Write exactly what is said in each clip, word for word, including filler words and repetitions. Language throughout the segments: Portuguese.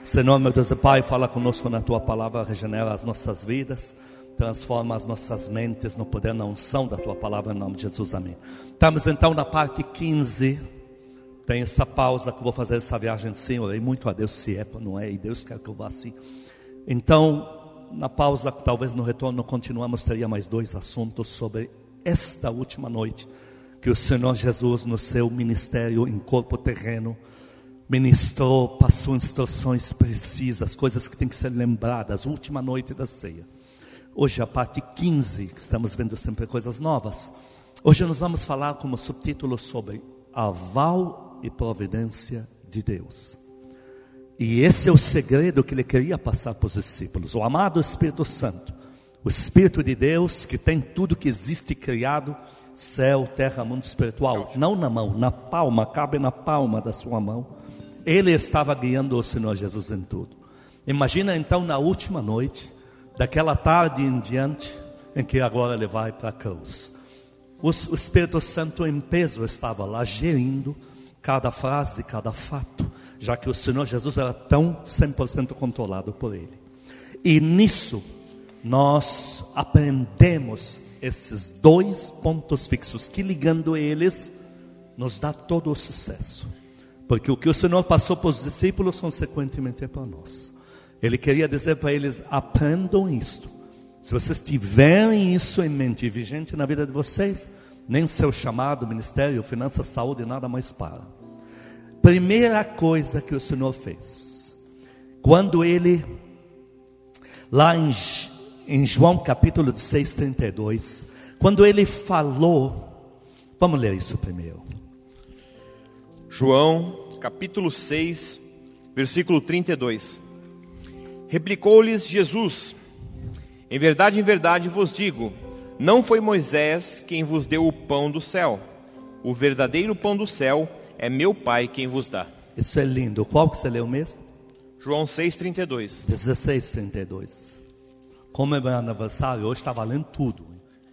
Senhor, meu Deus e Pai, fala conosco na Tua palavra, regenera as nossas vidas, transforma as nossas mentes no poder, na unção da Tua palavra, em nome de Jesus, amém. Estamos então na parte quinze, tem essa pausa que eu vou fazer essa viagem sim, orei muito a Deus se é, não é, e Deus quer que eu vá assim. Então, na pausa, talvez no retorno continuamos, teria mais dois assuntos sobre esta última noite, que o Senhor Jesus no seu ministério em corpo terreno, ministrou, passou instruções precisas, coisas que têm que ser lembradas, última noite da ceia. Hoje a parte quinze, que estamos vendo sempre coisas novas. Hoje nós vamos falar como subtítulo sobre aval e providência de Deus. E esse é o segredo que ele queria passar para os discípulos. O amado Espírito Santo, o Espírito de Deus que tem tudo que existe criado, céu, terra, mundo espiritual, não na mão, na palma, cabe na palma da sua mão. Ele estava guiando o Senhor Jesus em tudo. Imagina então na última noite, daquela tarde em diante, em que agora ele vai para a cruz. O, o Espírito Santo em peso estava lá gerindo cada frase, cada fato, já que o Senhor Jesus era tão cem por cento controlado por ele. E nisso nós aprendemos esses dois pontos fixos, que ligando eles nos dá todo o sucesso. Porque o que o Senhor passou para os discípulos, consequentemente é para nós. Ele queria dizer para eles, aprendam isto. Se vocês tiverem isso em mente e vigente na vida de vocês, nem seu chamado, ministério, finanças, saúde, nada mais para. Primeira coisa que o Senhor fez, quando ele, lá em, em João capítulo seis, trinta e dois, quando ele falou, vamos ler isso primeiro. João capítulo seis, versículo trinta e dois. Replicou-lhes Jesus: em verdade, em verdade vos digo, não foi Moisés quem vos deu o pão do céu. O verdadeiro pão do céu é meu Pai quem vos dá. Isso é lindo. Qual que você leu mesmo? João seis, trinta e dois. dezesseis, trinta e dois. Como é meu aniversário, hoje está valendo tudo.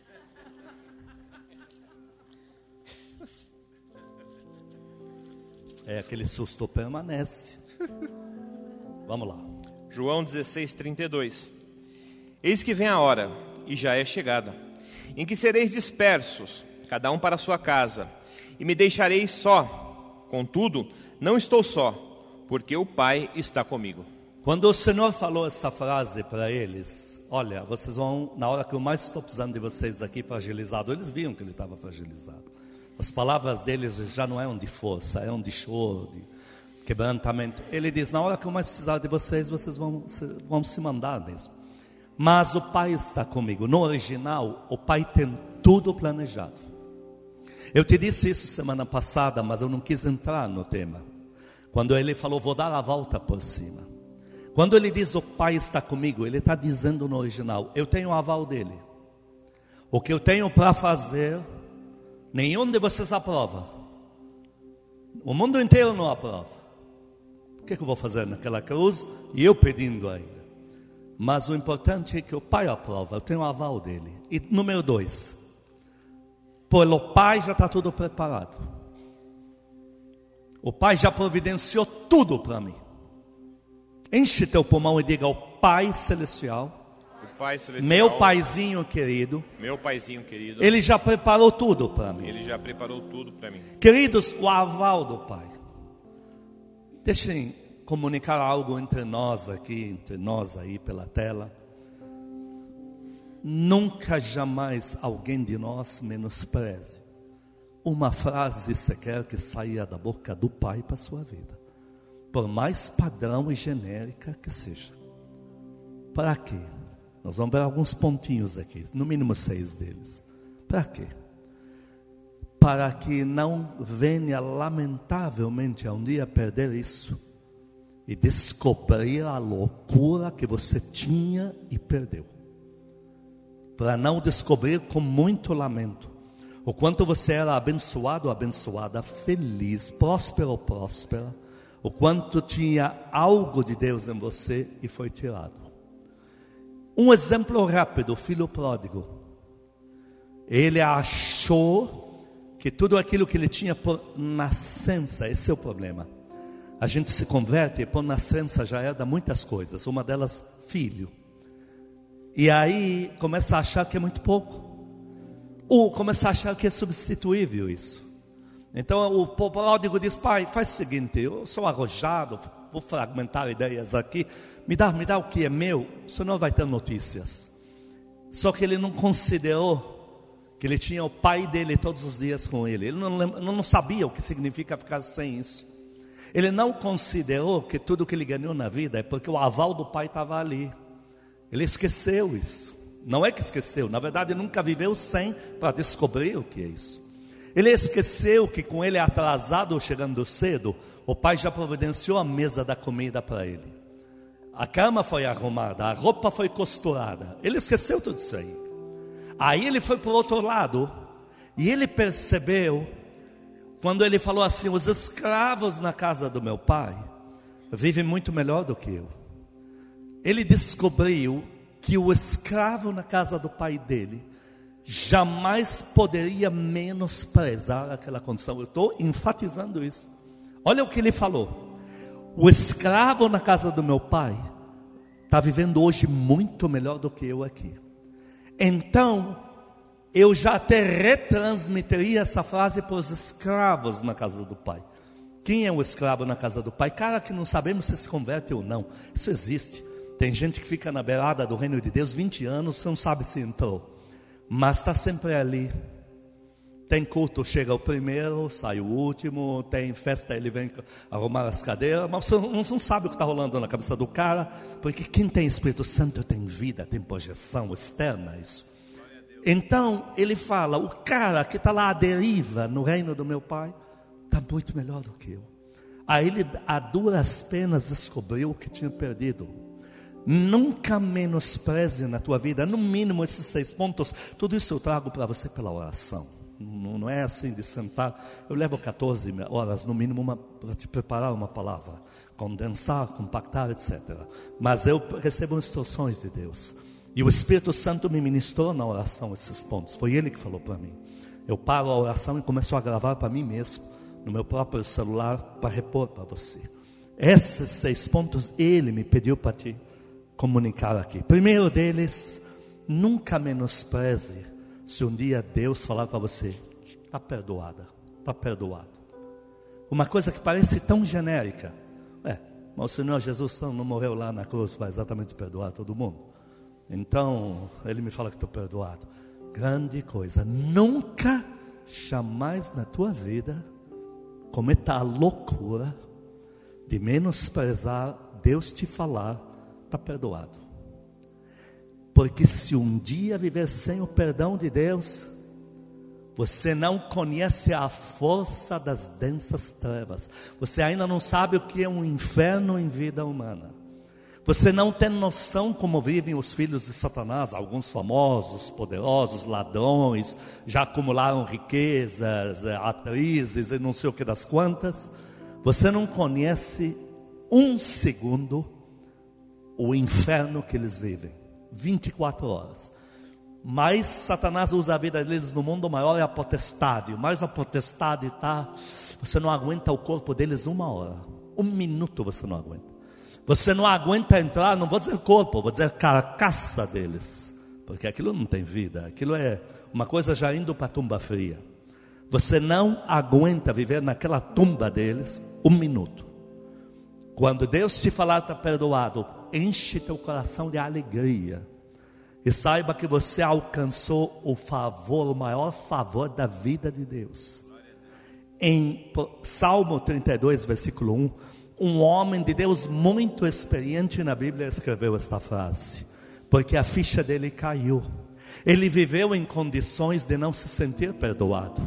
É, aquele susto permanece. Vamos lá. João dezesseis, trinta e dois. Eis que vem a hora, e já é chegada, em que sereis dispersos, cada um para a sua casa, e me deixareis só. Contudo, não estou só, porque o Pai está comigo. Quando o Senhor falou essa frase para eles, olha, vocês vão, na hora que eu mais estou precisando de vocês aqui fragilizado, eles viam que ele estava fragilizado. As palavras deles já não eram de força, eram de choro, de quebrantamento. Ele diz, na hora que eu mais precisar de vocês, vocês vão, vão se mandar mesmo. Mas o Pai está comigo. No original, o Pai tem tudo planejado. Eu te disse isso semana passada, mas eu não quis entrar no tema. Quando ele falou, vou dar a volta por cima. Quando ele diz, o Pai está comigo, ele está dizendo no original, eu tenho o aval dele. O que eu tenho para fazer, nenhum de vocês aprova. O mundo inteiro não aprova. O que, que eu vou fazer naquela cruz? E eu pedindo ainda. Mas o importante é que o Pai aprova, eu tenho o aval dele. E número dois, pelo Pai já está tudo preparado. O Pai já providenciou tudo para mim. Enche teu pulmão e diga ao Pai Celestial, o Pai Celestial, meu Paizinho querido, meu Paizinho querido, Ele já preparou tudo para mim. Ele já preparou tudo para mim. Queridos, o aval do Pai. Deixem comunicar algo entre nós aqui, entre nós aí pela tela. Nunca jamais alguém de nós menospreze uma frase sequer que saia da boca do Pai para a sua vida, por mais padrão e genérica que seja. Para quê? Nós vamos ver alguns pontinhos aqui, no mínimo seis deles. Para quê? Para que não venha lamentavelmente a um dia perder isso e descobrir a loucura que você tinha e perdeu. Para não descobrir com muito lamento o quanto você era abençoado, abençoada, feliz, próspero, próspera, o quanto tinha algo de Deus em você e foi tirado. Um exemplo rápido, o filho pródigo. Ele achou que tudo aquilo que ele tinha por nascença, esse é o problema. a gente se converte e por nascença já herda muitas coisas, uma delas filho. E aí começa a achar que é muito pouco, ou começa a achar que é substituível isso. Então o pródigo diz: pai, faz o seguinte, eu sou arrojado, vou fragmentar ideias aqui, me dá, me dá o que é meu, o senhor vai ter notícias. Só que ele não considerou que ele tinha o pai dele todos os dias com ele. Ele não, não sabia o que significa ficar sem isso. Ele não considerou que tudo que ele ganhou na vida é porque o aval do pai estava ali. Ele esqueceu isso. Não é que esqueceu, na verdade nunca viveu sem para descobrir o que é isso. Ele esqueceu que com ele atrasado ou chegando cedo, o pai já providenciou a mesa da comida para ele. A cama foi arrumada, a roupa foi costurada. Ele esqueceu tudo isso aí. Aí ele foi para o outro lado e ele percebeu, quando ele falou assim: os escravos na casa do meu pai vivem muito melhor do que eu. Ele descobriu que o escravo na casa do pai dele jamais poderia menosprezar aquela condição. Eu estou enfatizando isso. Olha o que ele falou: o escravo na casa do meu pai está vivendo hoje muito melhor do que eu aqui. Então eu já até retransmitiria essa frase para os escravos na casa do pai. Quem é o escravo na casa do pai? Cara que não sabemos se se converte ou não. Isso existe. Tem gente que fica na beirada do reino de Deus vinte anos, você não sabe se entrou, mas está sempre ali. Tem culto, chega o primeiro, sai o último. Tem festa, ele vem arrumar as cadeiras, mas você não sabe o que está rolando na cabeça do cara, porque quem tem Espírito Santo tem vida, tem projeção externa, isso. Então ele fala: o cara que está lá à deriva no reino do meu pai está muito melhor do que eu. Aí ele a duras penas descobriu o que tinha perdido. Nunca menospreze na tua vida, no mínimo esses seis pontos. Tudo isso eu trago para você pela oração. Não, não é assim de sentar. Eu levo quatorze horas no mínimo para te preparar uma palavra, condensar, compactar, etcétera. Mas eu recebo instruções de Deus, e o Espírito Santo me ministrou na oração esses pontos. Foi Ele que falou para mim. Eu paro a oração e começo a gravar para mim mesmo, no meu próprio celular, para repor para você. Esses seis pontos Ele me pediu para te comunicar aqui. Primeiro deles: nunca menospreze se um dia Deus falar para você: está perdoada, está perdoado. Uma coisa que parece tão genérica: é, mas o Senhor Jesus não morreu lá na cruz para exatamente perdoar todo mundo, então Ele me fala que estou perdoado. Grande coisa. Nunca, jamais na tua vida cometa a loucura de menosprezar Deus te falar: está perdoado. Porque se um dia viver sem o perdão de Deus, você não conhece a força das densas trevas. Você ainda não sabe o que é um inferno em vida humana. Você não tem noção como vivem os filhos de Satanás. Alguns famosos, poderosos, ladrões, já acumularam riquezas, atrizes e não sei o que das quantas. Você não conhece um segundo o inferno que eles vivem, vinte e quatro horas. Mas Satanás usa a vida deles no mundo maior, é a potestade. Mas a potestade está, você não aguenta o corpo deles uma hora, um minuto você não aguenta. Você não aguenta entrar, não vou dizer corpo, vou dizer carcaça deles, porque aquilo não tem vida, aquilo é uma coisa já indo para a tumba fria. Você não aguenta viver naquela tumba deles um minuto. Quando Deus te falar está perdoado, enche teu coração de alegria e saiba que você alcançou o favor, o maior favor da vida de Deus. Em Salmo trinta e dois, versículo um, um homem de Deus muito experiente na Bíblia escreveu esta frase, porque a ficha dele caiu. Ele viveu em condições de não se sentir perdoado.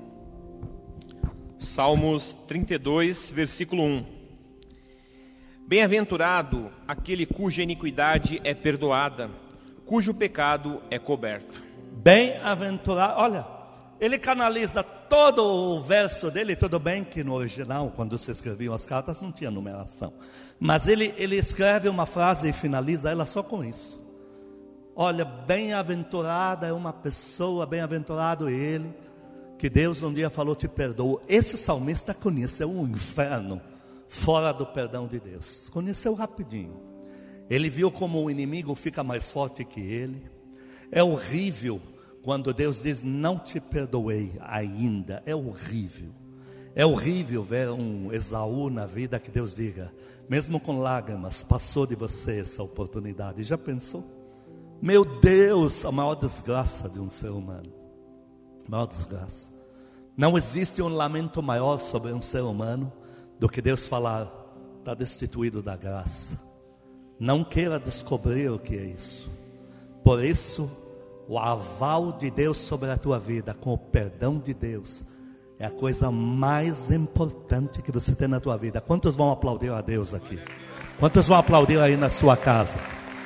Salmos trinta e dois, versículo um. Bem-aventurado aquele cuja iniquidade é perdoada, cujo pecado é coberto. Bem-aventurado, olha, ele canaliza todo o verso dele. Tudo bem que no original, quando se escreviam as cartas, não tinha numeração, mas ele, ele escreve uma frase e finaliza ela só com isso. Olha, bem-aventurada é uma pessoa, bem-aventurado ele, que Deus um dia falou te perdoa. Esse salmista conheceu um inferno fora do perdão de Deus. Conheceu rapidinho. Ele viu como o inimigo fica mais forte que ele. É horrível quando Deus diz: não te perdoei ainda. É horrível. É horrível ver um Esaú na vida que Deus diga: mesmo com lágrimas, passou de você essa oportunidade. Já pensou? Meu Deus, a maior desgraça de um ser humano. A maior desgraça. Não existe um lamento maior sobre um ser humano do que Deus falar: está destituído da graça. Não queira descobrir o que é isso. Por isso, o aval de Deus sobre a tua vida, com o perdão de Deus, é a coisa mais importante que você tem na tua vida. Quantos vão aplaudir a Deus aqui? Quantos vão aplaudir aí na sua casa?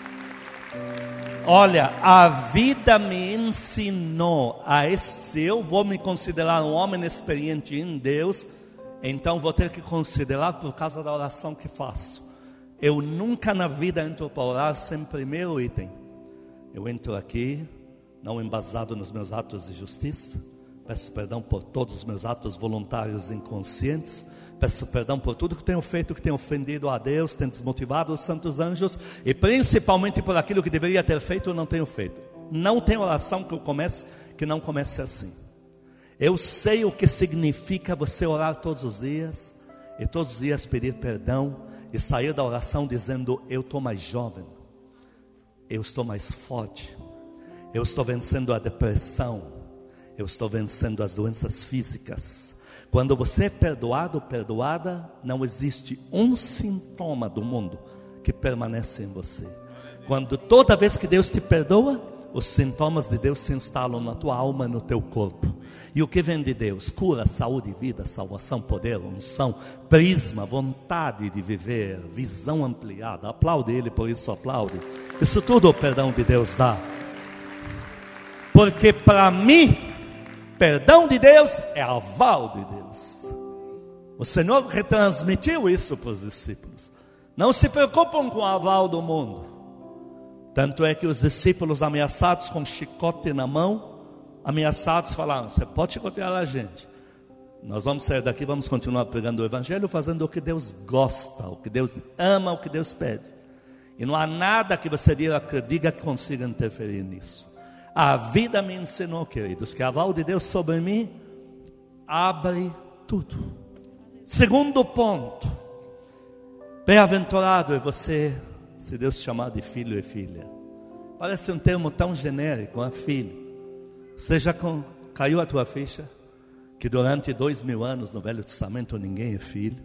Olha, a vida me ensinou a esse, se eu vou me considerar um homem experiente em Deus, então vou ter que considerar por causa da oração que faço. Eu nunca na vida entro para orar sem primeiro item. Eu entro aqui, não embasado nos meus atos de justiça. Peço perdão por todos os meus atos voluntários inconscientes. Peço perdão por tudo que tenho feito, que tenho ofendido a Deus, tenho desmotivado os santos anjos. E principalmente por aquilo que deveria ter feito e não tenho feito. Não tem oração que eu comece, que não comece assim. Eu sei o que significa você orar todos os dias. E todos os dias pedir perdão. E sair da oração dizendo: eu estou mais jovem. Eu estou mais forte. Eu estou vencendo a depressão. Eu estou vencendo as doenças físicas. Quando você é perdoado, perdoada, não existe um sintoma do mundo que permanece em você. Quando toda vez que Deus te perdoa, os sintomas de Deus se instalam na tua alma e no teu corpo. E o que vem de Deus? Cura, saúde, vida, salvação, poder, unção, prisma, vontade de viver, visão ampliada. Aplaude Ele, por isso aplaude. Isso tudo o perdão de Deus dá. Porque para mim, perdão de Deus é aval de Deus. O Senhor retransmitiu isso para os discípulos. Não se preocupam com o aval do mundo. Tanto é que os discípulos, ameaçados com chicote na mão, ameaçados, falaram: você pode chicotear a gente, nós vamos sair daqui, vamos continuar pregando o Evangelho, fazendo o que Deus gosta, o que Deus ama, o que Deus pede. E não há nada que você diga que, diga que consiga interferir nisso. A vida me ensinou, queridos, que a aval de Deus sobre mim abre tudo. Segundo ponto: bem-aventurado é você se Deus te chamar de filho e filha. Parece um termo tão genérico, é filho. Você já com, caiu a tua ficha que durante dois mil anos no Velho Testamento ninguém é filho?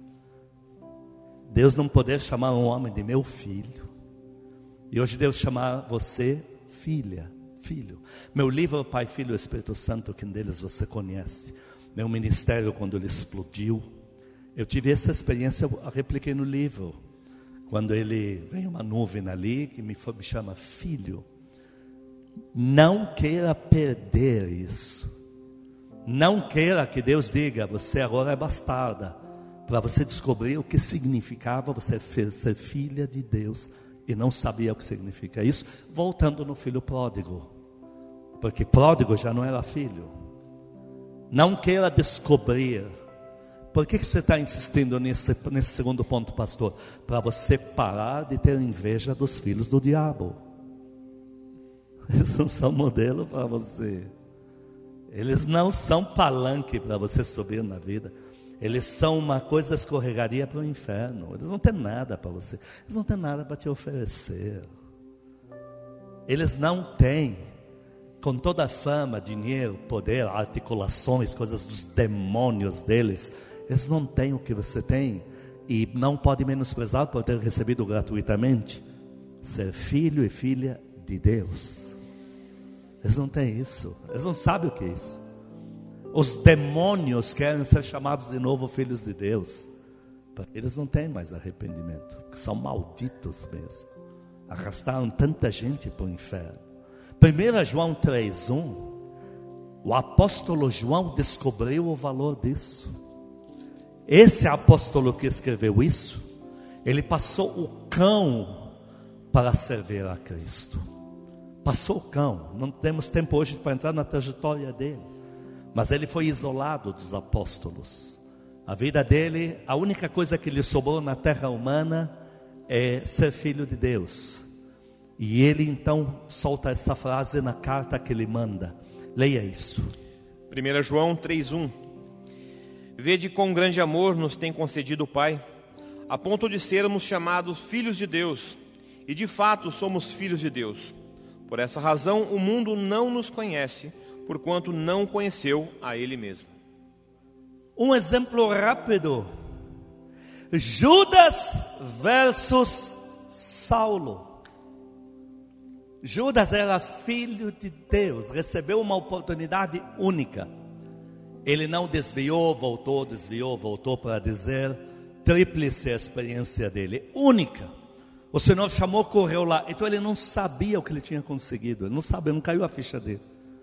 Deus não poder chamar um homem de meu filho. E hoje Deus chamar você filha, filho. Meu livro Pai, Filho e Espírito Santo, que um deles você conhece. Meu ministério, quando ele explodiu, eu tive essa experiência, eu repliquei no livro. Quando ele vem uma nuvem ali que me, me chama filho. Não queira perder isso. Não queira que Deus diga: você agora é bastarda, para você descobrir o que significava você ser filha de Deus e não sabia o que significa isso. Voltando no filho pródigo, porque pródigo já não era filho. Não queira descobrir. Por que, que você está insistindo nesse, nesse segundo ponto, pastor? Para você parar de ter inveja dos filhos do diabo. Eles não são modelo para você. Eles não são palanque para você subir na vida. Eles são uma coisa escorregaria para o inferno. Eles não têm nada para você. Eles não têm nada para te oferecer. Eles não têm, com toda a fama, dinheiro, poder, articulações, coisas dos demônios deles. Eles não têm o que você tem. E não pode menosprezar por ter recebido gratuitamente. Ser filho e filha de Deus. Eles não têm isso. Eles não sabem o que é isso. Os demônios querem ser chamados de novo filhos de Deus. Eles não têm mais arrependimento. São malditos mesmo. Arrastaram tanta gente para o inferno. primeiro João três, um. O apóstolo João descobriu o valor disso. Esse apóstolo que escreveu isso, ele passou o cão para servir a Cristo. Passou o cão. Não temos tempo hoje para entrar na trajetória dele. Mas ele foi isolado dos apóstolos. A vida dele, a única coisa que lhe sobrou na terra humana é ser filho de Deus. E ele então solta essa frase na carta que ele manda. Leia isso. primeira João três, um. Vede quão grande amor nos tem concedido o Pai, a ponto de sermos chamados filhos de Deus. E de fato somos filhos de Deus. Por essa razão o mundo não nos conhece, porquanto não conheceu a Ele mesmo. Um exemplo rápido. Judas versus Saulo. Judas era filho de Deus, recebeu uma oportunidade única. Ele não desviou, voltou, desviou, voltou, para dizer, tríplice a experiência dele, única. O Senhor chamou, correu lá, então ele não sabia o que ele tinha conseguido, ele não sabia, não caiu a ficha dele.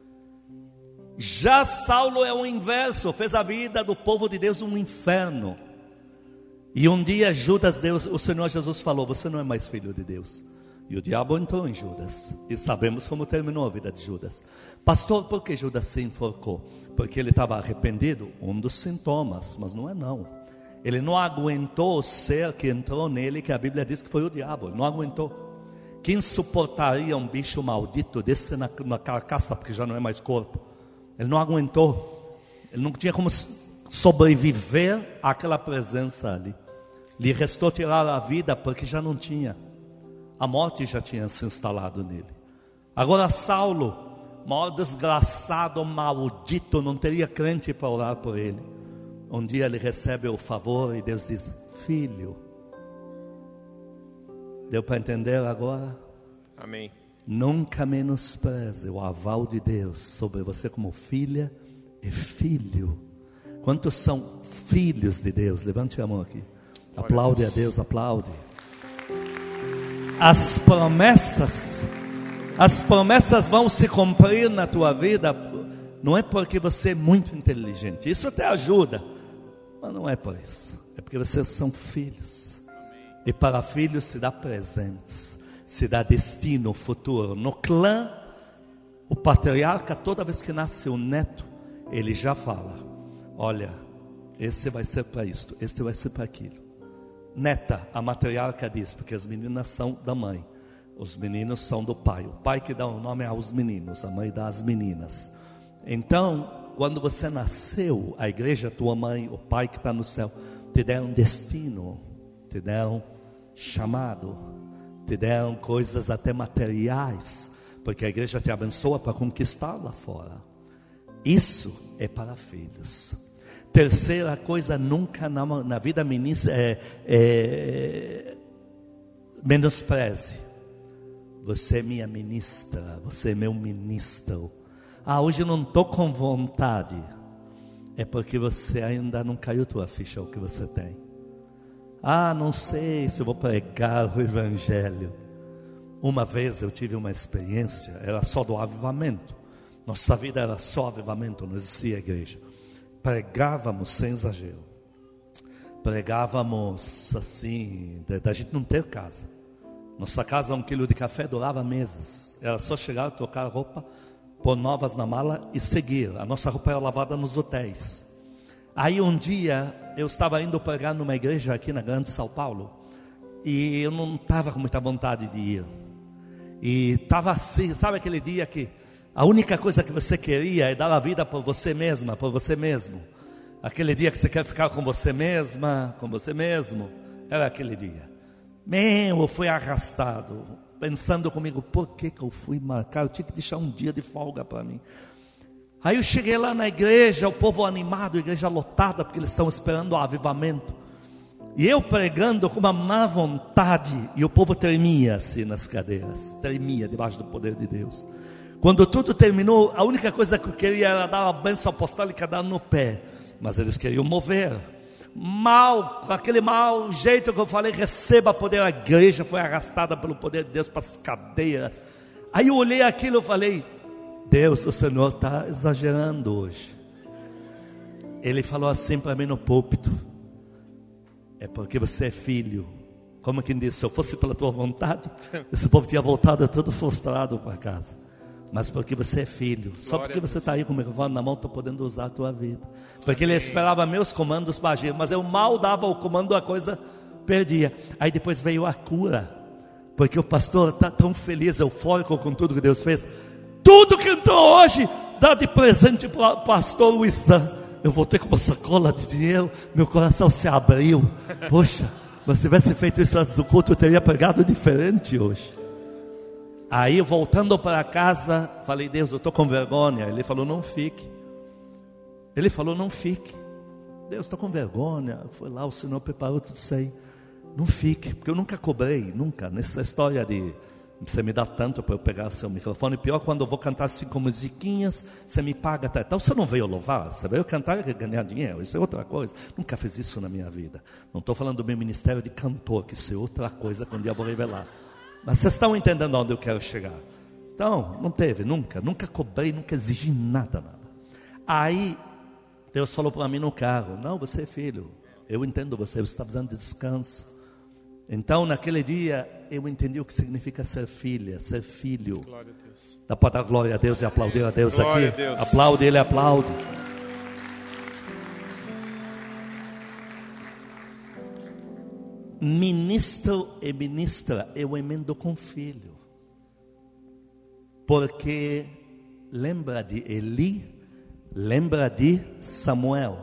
Já Saulo é o inverso, fez a vida do povo de Deus um inferno. E um dia Judas, Deus, o Senhor Jesus falou, você não é mais filho de Deus. E o diabo entrou em Judas. E sabemos como terminou a vida de Judas. Pastor, por que Judas se enforcou? Porque ele estava arrependido? Um dos sintomas, mas não é não. Ele não aguentou o ser que entrou nele, que a Bíblia diz que foi o diabo. Ele não aguentou. Quem suportaria um bicho maldito desse na, na carcaça, porque já não é mais corpo? Ele não aguentou. Ele não tinha como sobreviver àquela presença ali. Lhe restou tirar a vida, porque já não tinha. A morte já tinha se instalado nele. Agora Saulo, maior desgraçado, maldito, não teria crente para orar por ele. Um dia ele recebe o favor e Deus diz, filho. Deu para entender agora? Amém. Nunca menospreze o aval de Deus sobre você como filha e filho. Quantos são filhos de Deus? Levante a mão aqui. Aplaude a Deus, aplaude. As promessas, as promessas vão se cumprir na tua vida. Não é porque você é muito inteligente, isso até ajuda, mas não é por isso. É porque vocês são filhos. E para filhos se dá presentes, se dá destino, futuro. No clã, o patriarca, toda vez que nasce um neto, ele já fala, olha, esse vai ser para isto, este vai ser para aquilo. Neta, a matriarca diz, porque as meninas são da mãe, os meninos são do pai. O pai que dá o nome aos meninos, a mãe dá às meninas. Então, quando você nasceu, a igreja, tua mãe, o pai que está no céu, te deram destino, te deram chamado, te deram coisas até materiais, porque a igreja te abençoa para conquistar lá fora. Isso é para filhos. Terceira coisa, nunca na, na vida ministra, é, é, menospreze. Você é minha ministra, você é meu ministro. Ah, hoje eu não estou com vontade. É porque você ainda não caiu tua ficha o que você tem. Ah, não sei se eu vou pregar o evangelho. Uma vez eu tive uma experiência, era só do avivamento. Nossa vida era só avivamento, não existia igreja. Pregávamos sem exagero. Pregávamos assim, da gente não ter casa. Nossa casa, um quilo de café durava meses. Era só chegar, trocar roupa, pôr novas na mala e seguir. A nossa roupa era lavada nos hotéis. Aí um dia eu estava indo pregar numa igreja aqui na Grande São Paulo. E eu não estava com muita vontade de ir. E estava assim, sabe aquele dia que a única coisa que você queria é dar a vida por você mesma, por você mesmo. Aquele dia que você quer ficar com você mesma, com você mesmo. Era aquele dia. Meu, eu fui arrastado, pensando comigo, por que que eu fui marcar? Eu tinha que deixar um dia de folga para mim. Aí eu cheguei lá na igreja, o povo animado, a igreja lotada, porque eles estão esperando o avivamento. E eu pregando com uma má vontade, e o povo tremia assim nas cadeiras, tremia debaixo do poder de Deus. Quando tudo terminou, a única coisa que eu queria era dar uma bênção apostólica, dar no pé. Mas eles queriam mover. Mal, com aquele mau jeito que eu falei, receba poder. A igreja foi arrastada pelo poder de Deus para as cadeiras. Aí eu olhei aquilo e falei, Deus, o Senhor está exagerando hoje. Ele falou assim para mim no púlpito, é porque você é filho. Como quem disse, se eu fosse pela tua vontade, esse povo tinha voltado todo frustrado para casa. mas porque você é filho. Só Glória porque a você Deus. está aí com o microfone na mão, estou podendo usar a tua vida. Porque ele esperava meus comandos para agir, mas eu mal dava o comando, a coisa perdia. Aí depois veio a cura, porque o pastor está tão feliz, eufórico com tudo que Deus fez. Tudo que entrou hoje, dá de presente para o pastor Luizan. Eu voltei com uma sacola de dinheiro, meu coração se abriu. Poxa, mas se tivesse feito isso antes do culto, eu teria pregado diferente hoje. Aí voltando para casa, falei: Deus, eu estou com vergonha. Ele falou: não fique. Ele falou: não fique. Deus, estou com vergonha. Foi lá, o Senhor preparou tudo isso aí. Não fique, porque eu nunca cobrei, nunca, nessa história de você me dá tanto para eu pegar seu microfone. Pior quando eu vou cantar cinco musiquinhas, você me paga até. Então você não veio louvar, você veio cantar e ganhar dinheiro. Isso é outra coisa. Nunca fiz isso na minha vida. Não estou falando do meu ministério de cantor, que isso é outra coisa que um dia eu vou revelar. Mas vocês estão entendendo onde eu quero chegar. Então, não teve, nunca, nunca cobrei, nunca exigi nada, nada. Aí, Deus falou para mim no carro: não, você é filho, eu entendo você, você está precisando de descanso. Então, naquele dia, eu entendi o que significa ser filha, ser filho. Glória a Deus. Dá para dar glória a Deus e aplaudir a Deus Glória aqui? a Deus. Aplaude, ele aplaude. Ministro e ministra, eu emendo com filho. Porque lembra de Eli, lembra de Samuel.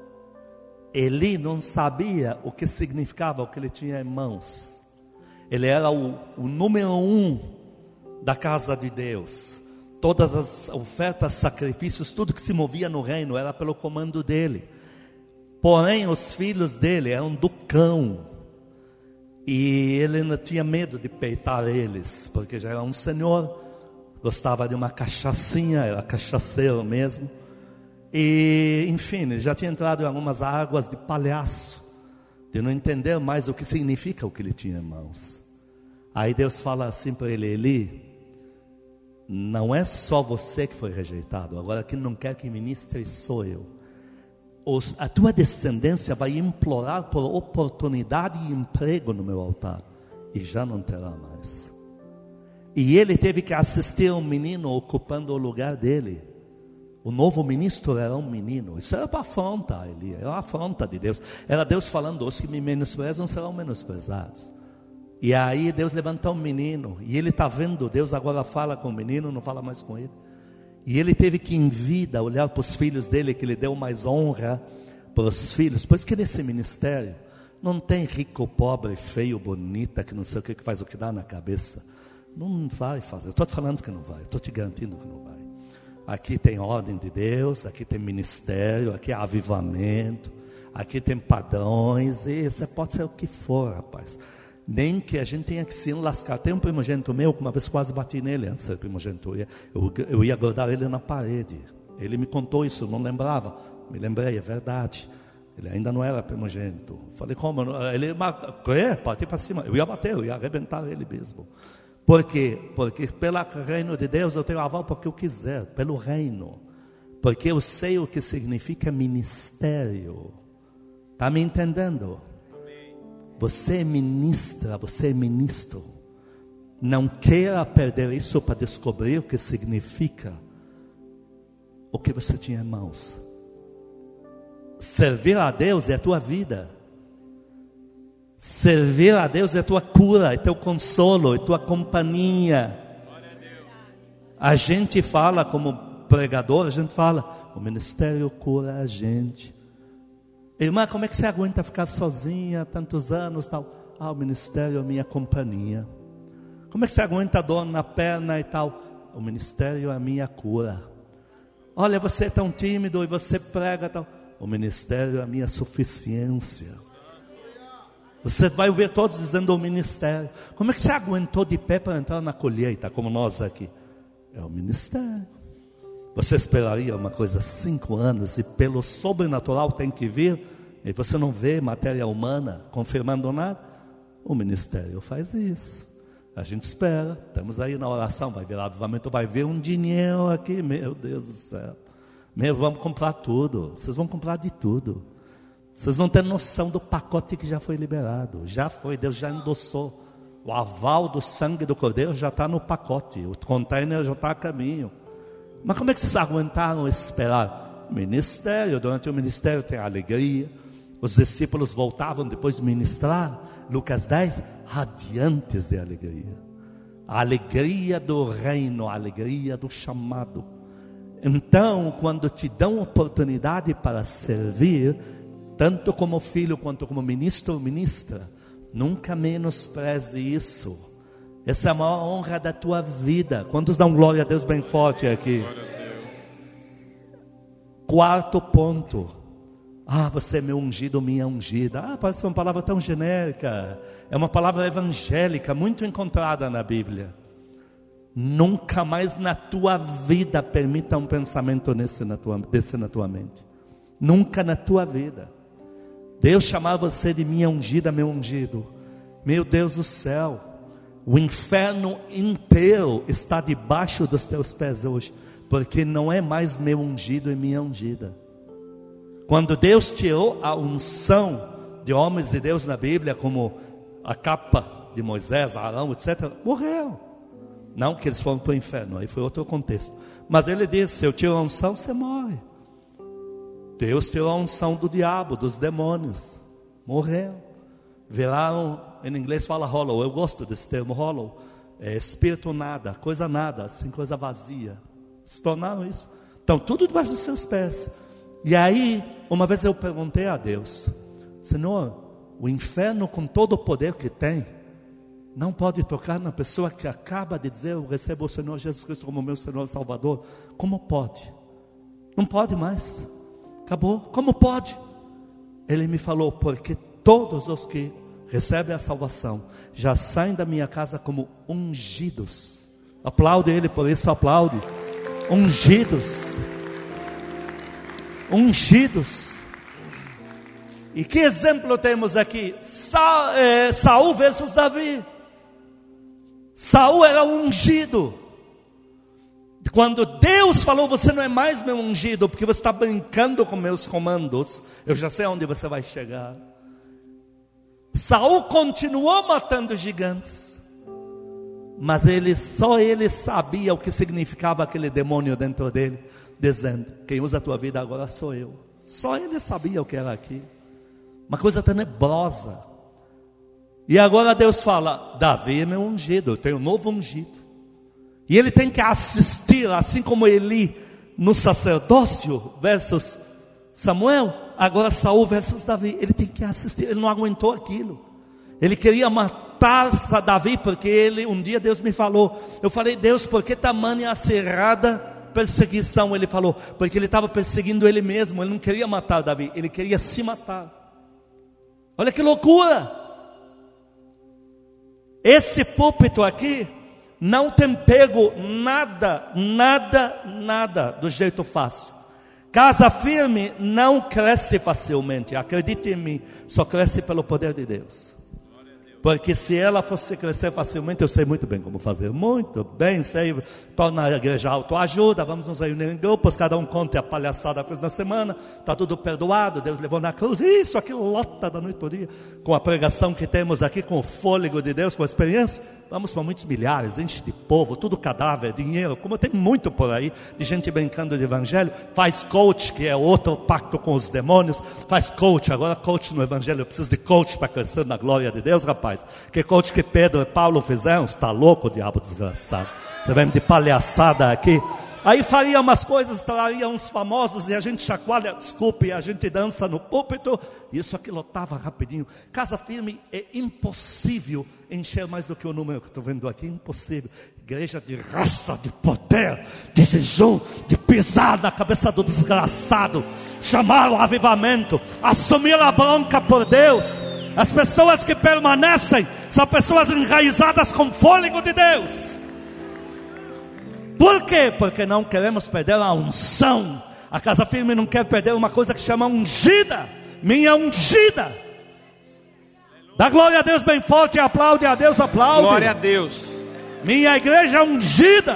Eli não sabia o que significava o que ele tinha em mãos. Ele era o, o número um da casa de Deus. Todas as ofertas, sacrifícios, tudo que se movia no reino era pelo comando dele. Porém, os filhos dele eram do cão. E ele não tinha medo de peitar eles, porque já era um senhor, gostava de uma cachaçinha, era cachaceiro mesmo. E, enfim, ele já tinha entrado em algumas águas de palhaço, de não entender mais o que significa o que ele tinha em mãos. Aí Deus fala assim para ele: Eli, não é só você que foi rejeitado, agora quem não quer que ministre sou eu. Os, a tua descendência vai implorar por oportunidade e emprego no meu altar, e já não terá mais. E ele teve que assistir um menino ocupando o lugar dele. O novo ministro era um menino. Isso era para afrontar ele, era uma afronta de Deus. Era Deus falando: os que me menosprezam serão menosprezados. E aí Deus levantou um menino, e ele está vendo, Deus agora fala com o menino, não fala mais com ele. E ele teve que em vida olhar para os filhos dele, que ele deu mais honra para os filhos. Por isso que nesse ministério não tem rico, pobre, feio, bonita, que não sei o que, que faz o que dá na cabeça. Não vai fazer, eu estou te falando que não vai, eu estou te garantindo que não vai. Aqui tem ordem de Deus, aqui tem ministério, aqui é avivamento, aqui tem padrões, e você pode ser o que for, rapaz. Nem que a gente tenha que se enlascar. Tem um primogênito meu que uma vez quase bati nele antes de ser primogênito. Eu, eu, eu ia grudar ele na parede. Ele me contou isso, eu não lembrava. Me lembrei, é verdade. Ele ainda não era primogênito. Falei: como? Ele, é, parti para cima. Eu ia bater, eu ia arrebentar ele mesmo. Por quê? Porque pelo reino de Deus eu tenho aval porque eu quiser, pelo reino. Porque eu sei o que significa ministério. Está me entendendo? Você é ministra, você é ministro. Não queira perder isso para descobrir o que significa o que você tinha em mãos. Servir a Deus é a tua vida. Servir a Deus é a tua cura, é teu consolo, é tua companhia. A gente fala como pregador, a gente fala: o ministério cura a gente. Irmã, como é que você aguenta ficar sozinha tantos anos tal? Ah, o ministério é a minha companhia. Como é que você aguenta dor na perna e tal? O ministério é a minha cura. Olha, você é tão tímido e você prega tal. O ministério é a minha suficiência. Você vai ver todos dizendo o ministério. Como é que você aguentou de pé para entrar na colheita, como nós aqui? É o ministério. Você esperaria uma coisa cinco anos e pelo sobrenatural tem que vir, e você não vê matéria humana confirmando nada? O ministério faz isso. A gente espera, estamos aí na oração, vai vir avivamento, vai vir um dinheiro aqui, meu Deus do céu. Meu, vamos comprar tudo, vocês vão comprar de tudo. Vocês não têm noção do pacote que já foi liberado. Já foi, Deus já endossou. O aval do sangue do Cordeiro já está no pacote. O container já está a caminho. Mas como é que vocês aguentaram esperar? Ministério, durante o ministério tem alegria. Os discípulos voltavam depois de ministrar. Lucas dez, radiantes de alegria. A alegria do reino, a alegria do chamado. Então, quando te dão oportunidade para servir, tanto como filho quanto como ministro ou ministra, nunca menospreze isso. Essa é a maior honra da tua vida. Quantos dão glória a Deus bem forte aqui? Quarto ponto. Ah, você é meu ungido, minha ungida. Ah, parece uma palavra tão genérica. É uma palavra evangélica, muito encontrada na Bíblia. Nunca mais na tua vida permita um pensamento desse na tua, desse na tua mente. Nunca na tua vida. Deus chamar você de minha ungida, meu ungido. Meu Deus do céu. O inferno inteiro está debaixo dos teus pés hoje. Porque não é mais meu ungido e minha ungida. Quando Deus tirou a unção de homens de Deus na Bíblia, como a capa de Moisés, Arão, etcétera, morreram. Não que eles foram para o inferno, aí foi outro contexto. Mas ele disse, se eu tiro a unção, você morre. Deus tirou a unção do diabo, dos demônios. Morreram. Viraram, em inglês fala hollow, eu gosto desse termo hollow. É espírito nada, coisa nada, assim, coisa vazia. Se tornaram isso. Então, tudo debaixo dos seus pés. E aí, uma vez eu perguntei a Deus, Senhor, o inferno com todo o poder que tem, não pode tocar na pessoa que acaba de dizer, eu recebo o Senhor Jesus Cristo como meu Senhor e Salvador. Como pode? Não pode mais. Acabou. Como pode? Ele me falou, porque todos os que recebem a salvação, já saem da minha casa como ungidos. Aplaude ele por isso, aplaude. Ungidos. Ungidos. E que exemplo temos aqui? Sa, é, Saul versus Davi. Saul era ungido. Quando Deus falou, você não é mais meu ungido, porque você está brincando com meus comandos, eu já sei aonde você vai chegar. Saul continuou matando gigantes, mas ele, só ele sabia o que significava aquele demônio dentro dele, dizendo, quem usa a tua vida agora sou eu. Só ele sabia o que era aquilo. Uma coisa tenebrosa. E agora Deus fala, Davi é meu ungido, eu tenho um novo ungido. E ele tem que assistir, assim como Eli no sacerdócio versus Samuel, agora Saul versus Davi. Ele tem que assistir, ele não aguentou aquilo. Ele queria matar Davi, porque ele, um dia Deus me falou, eu falei, Deus, por que tamanha acirrada perseguição? Ele falou, porque ele estava perseguindo ele mesmo, ele não queria matar Davi, ele queria se matar. Olha que loucura! Esse púlpito aqui não tem pego nada, nada, nada do jeito fácil. Casa firme não cresce facilmente, acredite em mim, só cresce pelo poder de Deus. Porque se ela fosse crescer facilmente, eu sei muito bem como fazer. Muito bem, sei, torna a igreja autoajuda, vamos nos reunir em grupos, cada um conta a palhaçada que fez na semana, está tudo perdoado, Deus levou na cruz, isso, aquilo, lota da noite por dia. Com a pregação que temos aqui, com o fôlego de Deus, com a experiência, vamos para muitos milhares, enche de povo, tudo cadáver, dinheiro, como tem muito por aí, de gente brincando de evangelho, faz coach, que é outro pacto com os demônios, faz coach, agora coach no evangelho, eu preciso de coach para crescer na glória de Deus, rapaz. Que coach que Pedro e Paulo fizeram, está louco, diabo desgraçado. Você vem de palhaçada aqui. Aí faria umas coisas, traria uns famosos e a gente chacoalha, desculpe, e a gente dança no púlpito. E isso aqui lotava rapidinho. Casa firme é impossível encher mais do que o número que estou vendo aqui, impossível. Igreja de raça, de poder, de jejum, de pisar na cabeça do desgraçado, chamar o avivamento, assumir a bronca por Deus. As pessoas que permanecem são pessoas enraizadas com o fôlego de Deus. Por quê? Porque não queremos perder a unção. A casa firme não quer perder uma coisa que chama ungida. Minha ungida. Dá glória a Deus bem forte, aplaude a Deus, aplaude. Glória a Deus. Minha igreja ungida.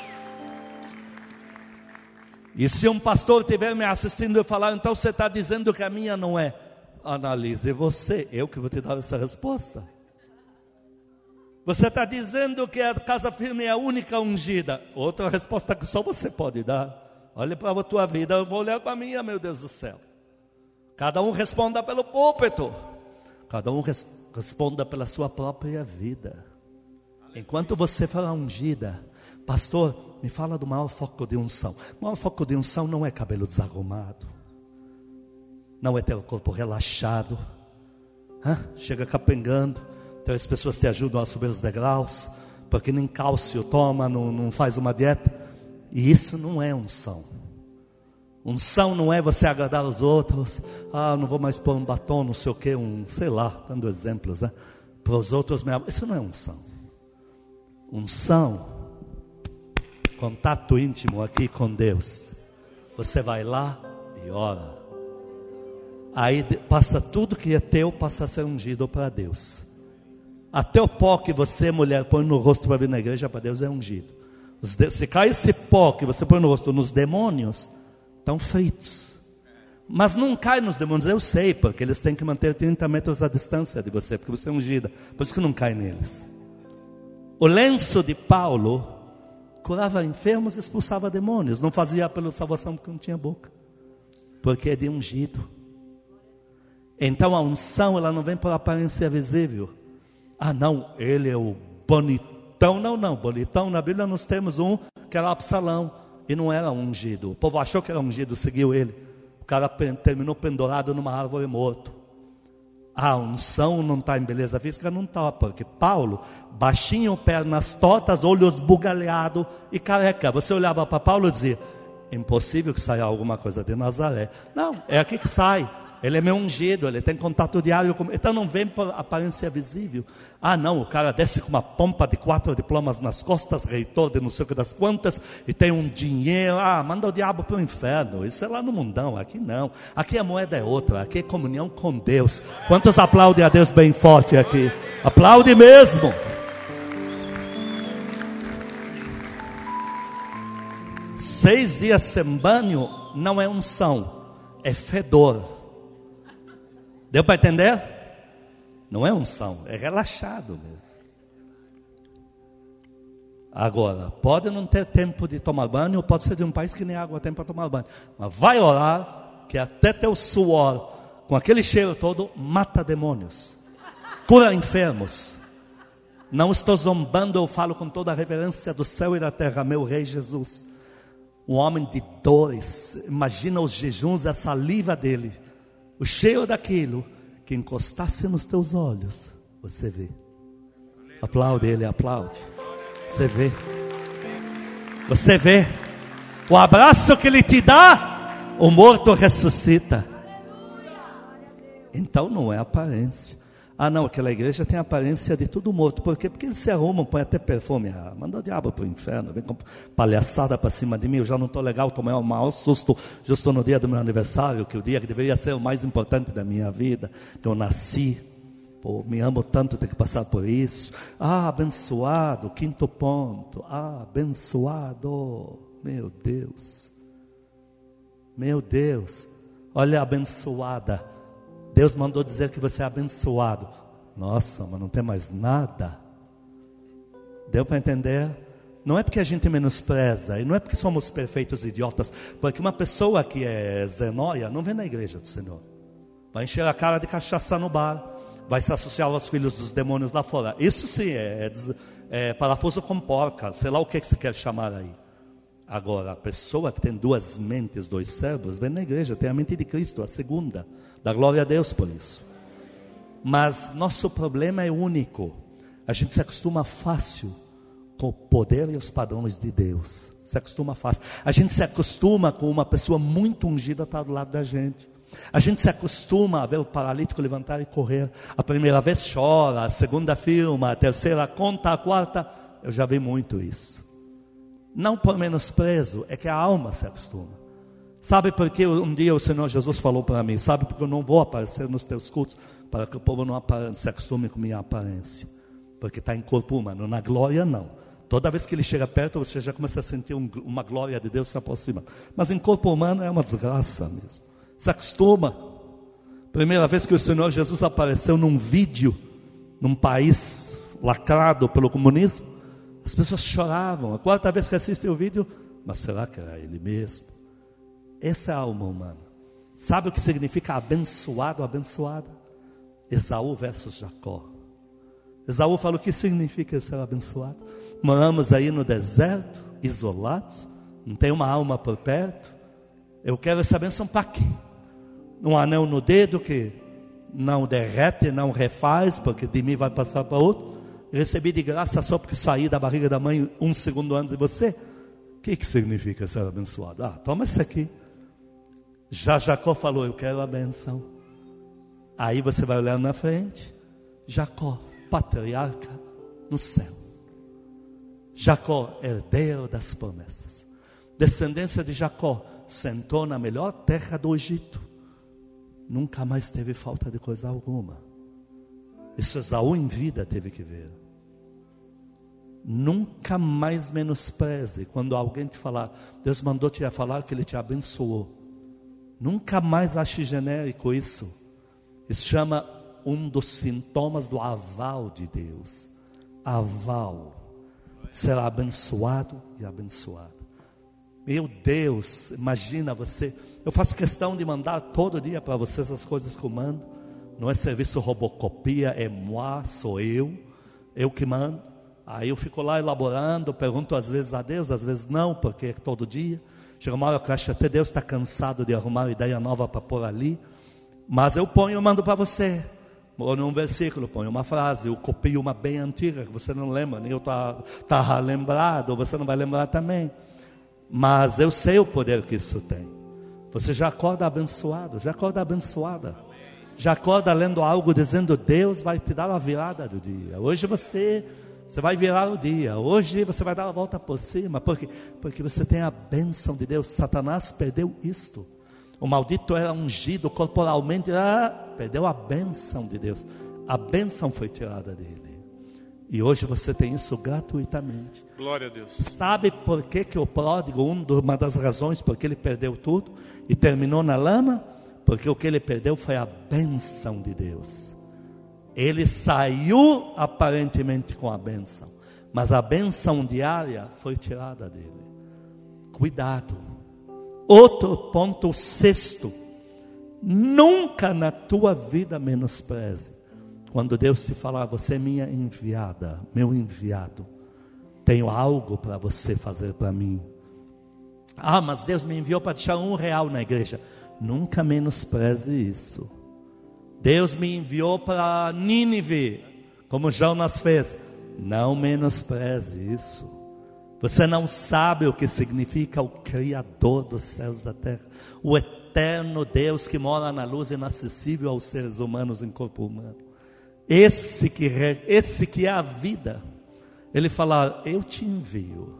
E se um pastor estiver me assistindo e falar, então você está dizendo que a minha não é. Analise você, eu que vou te dar essa resposta. Você está dizendo que a Casa Firme é a única ungida. Outra resposta que só você pode dar. Olha para a tua vida, eu vou olhar para a minha, meu Deus do céu. Cada um responda pelo púlpito. Cada um res, responda pela sua própria vida. Enquanto você for ungida, pastor, me fala do maior foco de unção. O maior foco de unção não é cabelo desarrumado. Não é ter o corpo relaxado. Hã? Chega capengando. Então as pessoas te ajudam a subir os degraus, porque nem cálcio toma, não, não faz uma dieta. E isso não é unção. Unção não é você agradar os outros. Ah, não vou mais pôr um batom, não sei o que, um, sei lá, dando exemplos, né? Para os outros, isso não é unção. Unção, contato íntimo aqui com Deus. Você vai lá e ora. Aí passa tudo que é teu, passa a ser ungido para Deus. Até o pó que você, mulher, põe no rosto para vir na igreja, para Deus é ungido. Se cai esse pó que você põe no rosto nos demônios, estão fritos. Mas não cai nos demônios, eu sei, porque eles têm que manter trinta metros a distância de você, porque você é ungida. Por isso que não cai neles. O lenço de Paulo curava enfermos e expulsava demônios. Não fazia pela salvação porque não tinha boca. Porque é de ungido. Então a unção, ela não vem por aparência visível. Ah não, ele é o bonitão. Não, não, bonitão. Na Bíblia nós temos um que era Absalão. E não era ungido. O povo achou que era ungido, seguiu ele. O cara terminou pendurado numa árvore morto. A unção não está em beleza física? Não está, porque Paulo, baixinho, pernas tortas, olhos bugalhados e careca. Você olhava para Paulo e dizia, impossível que saia alguma coisa de Nazaré. Não, é aqui que sai. Ele é meio ungido, ele tem contato diário com... Então não vem por aparência visível. Ah não, o cara desce com uma pompa de quatro diplomas nas costas, reitor de não sei o que das quantas, e tem um dinheiro. Ah, manda o diabo para o inferno. Isso é lá no mundão, aqui não. Aqui a moeda é outra, aqui é comunhão com Deus. Quantos aplaudem a Deus bem forte aqui? Aplaude mesmo. Seis dias sem banho não é unção, é fedor. Deu para entender? Não é unção, é relaxado mesmo. Agora, pode não ter tempo de tomar banho, ou pode ser de um país que nem água tem para tomar banho. Mas vai orar, que até teu suor, com aquele cheiro todo, mata demônios. Cura enfermos. Não estou zombando, eu falo com toda a reverência do céu e da terra, meu Rei Jesus. Um homem de dores, imagina os jejuns, a saliva dele. O cheiro daquilo que encostasse nos teus olhos, você vê. Aplaude ele, aplaude. Você vê. Você vê. O abraço que ele te dá, o morto ressuscita. Então não é aparência. Ah não, aquela igreja tem a aparência de tudo morto. Por quê? Porque eles se arrumam, põem até perfume. Ah, manda o diabo para o inferno, vem com palhaçada para cima de mim. Eu já não estou legal, tomei um maior susto justo no dia do meu aniversário, que o dia que deveria ser o mais importante da minha vida, que eu nasci. Pô, me amo tanto, tenho que passar por isso. Ah, abençoado, quinto ponto. Ah, abençoado, meu Deus. Meu Deus, olha a abençoada. Deus mandou dizer que você é abençoado. Nossa, mas não tem mais nada. Deu para entender? Não é porque a gente menospreza, e não é porque somos perfeitos idiotas, porque uma pessoa que é zenóia não vem na igreja do Senhor. Vai encher a cara de cachaça no bar, vai se associar aos filhos dos demônios lá fora. Isso sim é, é, é parafuso com porca, sei lá o que, que você quer chamar aí. Agora, a pessoa que tem duas mentes, dois cérebros, vem na igreja, tem a mente de Cristo, a segunda. Dá glória a Deus por isso. Mas nosso problema é único. A gente se acostuma fácil com o poder e os padrões de Deus. Se acostuma fácil. A gente se acostuma com uma pessoa muito ungida estar do lado da gente. A gente se acostuma a ver o paralítico levantar e correr. A primeira vez chora, a segunda filma, a terceira conta, a quarta... Eu já vi muito isso. Não por menosprezo, é que a alma se acostuma. Sabe por que um dia o Senhor Jesus falou para mim? Sabe porque eu não vou aparecer nos teus cultos? Para que o povo não se acostume com minha aparência. Porque está em corpo humano, na glória não. Toda vez que ele chega perto, você já começa a sentir um, uma glória de Deus se aproximando. Mas em corpo humano é uma desgraça mesmo. Se acostuma. Primeira vez que o Senhor Jesus apareceu num vídeo, num país, lacrado pelo comunismo. As pessoas choravam. A quarta vez que assistem o vídeo, mas será que era ele mesmo? Essa é a alma humana. Sabe o que significa abençoado, abençoada? Esaú versus Jacó. Esaú fala: o que significa ser abençoado? Moramos aí no deserto, isolados, não tem uma alma por perto. Eu quero essa bênção para quê? Um anel no dedo que não derrete, não refaz, porque de mim vai passar para outro. Recebi de graça só porque saí da barriga da mãe um segundo antes de você. O que, que significa ser abençoado? Ah, toma isso aqui. Já Jacó falou: eu quero a bênção. Aí você vai olhar na frente, Jacó, patriarca no céu. Jacó, herdeiro das promessas. Descendência de Jacó, sentou na melhor terra do Egito. Nunca mais teve falta de coisa alguma. Isso Esaú em vida teve que ver. Nunca mais menospreze quando alguém te falar: Deus mandou te falar que Ele te abençoou. Nunca mais ache genérico isso. Isso chama um dos sintomas do aval de Deus. Aval. Será abençoado e abençoado. Meu Deus, imagina você. Eu faço questão de mandar todo dia para vocês as coisas que eu mando. Não é serviço robocopia, é moi, sou eu. Eu que mando. Aí eu fico lá elaborando, pergunto às vezes a Deus, às vezes não, porque é todo dia. Chega uma hora que eu acho que até Deus está cansado de arrumar uma ideia nova para pôr ali. Mas eu ponho e mando para você. Ou num versículo, ponho uma frase, eu copio uma bem antiga, que você não lembra, nem eu estava lembrado, ou você não vai lembrar também. Mas eu sei o poder que isso tem. Você já acorda abençoado, já acorda abençoada. Já acorda lendo algo dizendo: Deus vai te dar a virada do dia. Hoje você, você vai virar o dia. Hoje você vai dar a volta por cima. Por quê? Porque você tem a bênção de Deus. Satanás perdeu isto. O maldito era ungido corporalmente, ah, perdeu a bênção de Deus. A bênção foi tirada dele. E hoje você tem isso gratuitamente. Glória a Deus. Sabe por que, que o pródigo, uma das razões por que ele perdeu tudo e terminou na lama? Porque o que ele perdeu foi a bênção de Deus. Ele saiu aparentemente com a bênção, mas a bênção diária foi tirada dele. Cuidado. Outro ponto, o sexto: nunca na tua vida menospreze quando Deus te falar: você é minha enviada, meu enviado, tenho algo para você fazer para mim. Ah, mas Deus me enviou para deixar um real na igreja. Nunca menospreze isso. Deus me enviou para Nínive, como Jonas fez. Não menospreze isso. Você não sabe o que significa o Criador dos céus e da terra, o eterno Deus que mora na luz inacessível aos seres humanos em corpo humano. Esse que, esse que é a vida. Ele fala: eu te envio.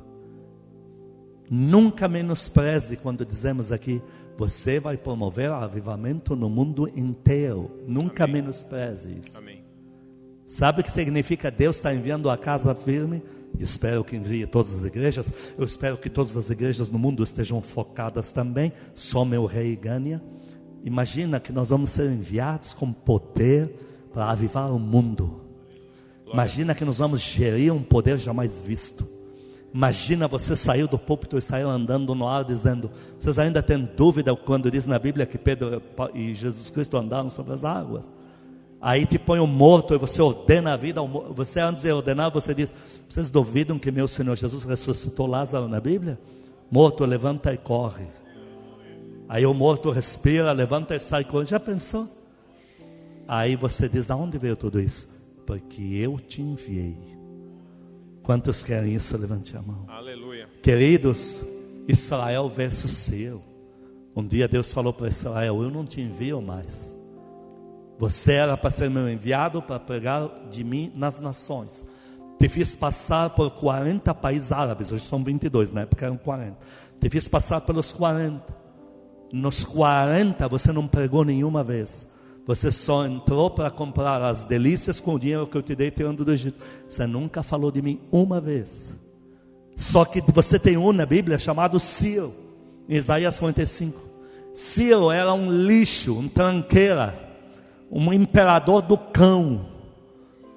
Nunca menospreze quando dizemos aqui: você vai promover o avivamento no mundo inteiro. Nunca Amém. Menospreze isso. Amém. Sabe o que significa Deus está enviando a casa firme? Espero que envie todas as igrejas. Eu espero que todas as igrejas no mundo estejam focadas também. Só meu rei ganha. Imagina que nós vamos ser enviados com poder para avivar o mundo. Imagina que nós vamos gerir um poder jamais visto. Imagina você sair do púlpito e sair andando no ar dizendo: vocês ainda têm dúvida quando diz na Bíblia que Pedro e Jesus Cristo andaram sobre as águas? Aí te põe um morto e você ordena a vida. Você antes de ordenar, você diz: vocês duvidam que meu Senhor Jesus ressuscitou Lázaro na Bíblia? Morto, levanta e corre. Aí o morto respira, levanta e sai correndo. Já pensou? Aí você diz: de onde veio tudo isso? Porque eu te enviei. Quantos querem isso? Levante a mão. Aleluia. Queridos, Israel versus seu. Um dia Deus falou para Israel: eu não te envio mais. Você era para ser meu enviado para pregar de mim nas nações. Te fiz passar por quarenta países árabes. Hoje são vinte e dois, na época eram quarenta. Te fiz passar pelos quarenta. Nos quarenta você não pregou nenhuma vez. Você só entrou para comprar as delícias com o dinheiro que eu te dei tirando do Egito. Você nunca falou de mim uma vez. Só que você tem um na Bíblia chamado Ciro, em Isaías quarenta e cinco. Ciro era um lixo, um tranqueira, um imperador do cão.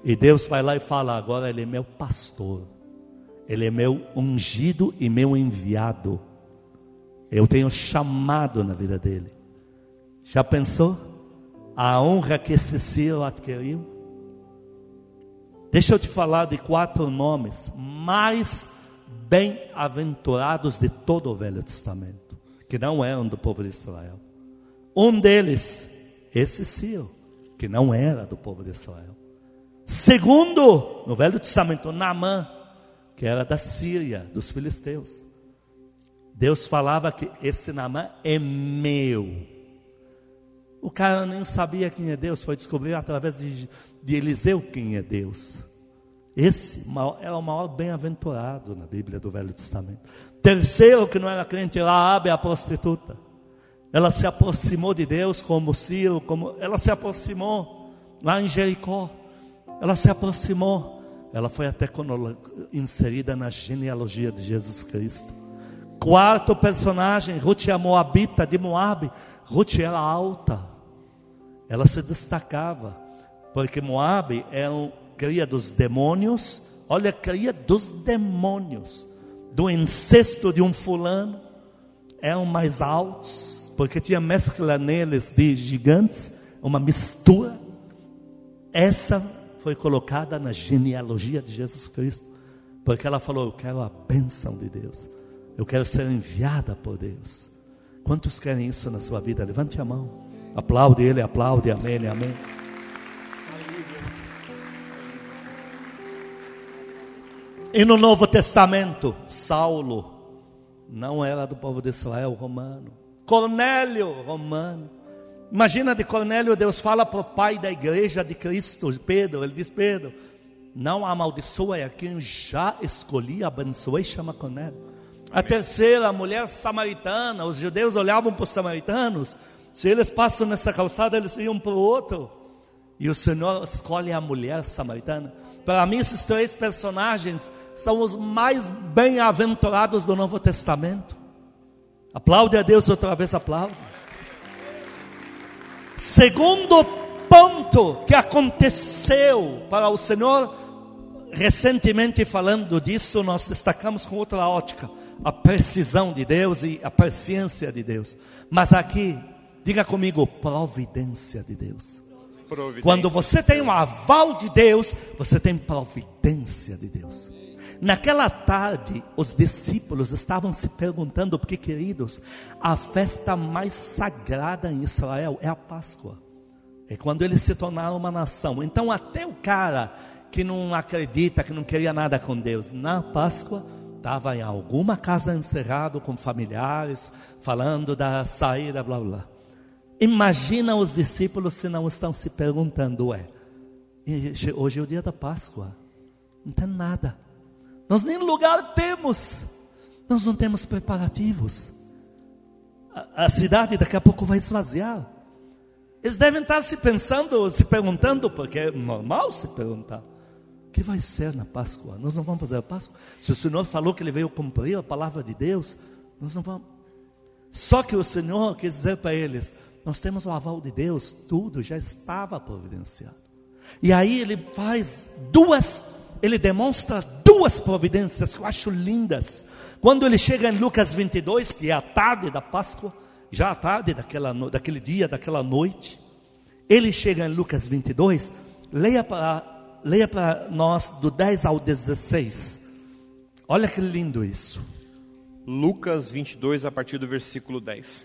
E Deus vai lá e fala: agora Ele é meu pastor, Ele é meu ungido e meu enviado. Eu tenho chamado na vida dele. Já pensou a honra que esse Ciro adquiriu? Deixa eu te falar de quatro nomes mais bem-aventurados de todo o Velho Testamento, que não eram do povo de Israel. Um deles, esse Ciro, que não era do povo de Israel. Segundo, no Velho Testamento, Naamã, que era da Síria, dos filisteus. Deus falava que esse Naamã é meu. O cara nem sabia quem é Deus, foi descobrir através de, de Eliseu quem é Deus. Esse era o maior bem-aventurado na Bíblia do Velho Testamento. Terceiro, que não era crente, Raabe, a prostituta. Ela se aproximou de Deus como Ciro, como ela se aproximou lá em Jericó. Ela se aproximou. Ela foi até inserida na genealogia de Jesus Cristo. Quarto personagem, Ruth, a moabita de Moabe. Ruth era alta. Ela se destacava, porque Moabe era um cria dos demônios. Olha, cria dos demônios, do incesto de um fulano. Eram mais altos, porque tinha mescla neles de gigantes, uma mistura. Essa foi colocada na genealogia de Jesus Cristo, porque ela falou: eu quero a bênção de Deus, eu quero ser enviada por Deus. Quantos querem isso na sua vida? Levante a mão, aplaude Ele, aplaude, amém, amém. E no Novo Testamento, Saulo não era do povo de Israel, romano. Cornélio, romano. Imagina, de Cornélio, Deus fala para o pai da igreja de Cristo, Pedro. Ele diz: Pedro, não amaldiçoa a quem já escolhi, abençoei, chama Cornélio. A terceira, a mulher samaritana. Os judeus olhavam para os samaritanos. Se eles passam nessa calçada, eles iam para o outro. E o Senhor escolhe a mulher samaritana. Para mim, esses três personagens são os mais bem-aventurados do Novo Testamento. Aplaude a Deus outra vez, aplaude. Segundo ponto que aconteceu para o Senhor, recentemente falando disso, nós destacamos com outra ótica, a precisão de Deus e a presciência de Deus. Mas aqui, diga comigo, providência de Deus. Providência. Quando você tem um aval de Deus, você tem providência de Deus. Naquela tarde, os discípulos estavam se perguntando, porque, queridos, a festa mais sagrada em Israel é a Páscoa. É quando eles se tornaram uma nação. Então até o cara que não acredita, que não queria nada com Deus, na Páscoa, estava em alguma casa encerrado com familiares, falando da saída, blá blá. Imagina os discípulos se não estão se perguntando: ué, hoje é o dia da Páscoa, não tem nada, nós nem lugar temos, nós não temos preparativos, a, a cidade daqui a pouco vai esvaziar. Eles devem estar se pensando, se perguntando, porque é normal se perguntar: o que vai ser na Páscoa? Nós não vamos fazer a Páscoa? Se o Senhor falou que Ele veio cumprir a palavra de Deus, nós não vamos. Só que o Senhor quis dizer para eles: nós temos o aval de Deus, tudo já estava providenciado. E aí Ele faz duas, Ele demonstra duas providências que eu acho lindas. Quando Ele chega em Lucas vinte e dois, que é a tarde da Páscoa, já a tarde daquela, daquele dia, daquela noite, Ele chega em Lucas vinte e dois, leia para, leia para nós do dez ao dezesseis, olha que lindo isso. Lucas vinte e dois, a partir do versículo dez.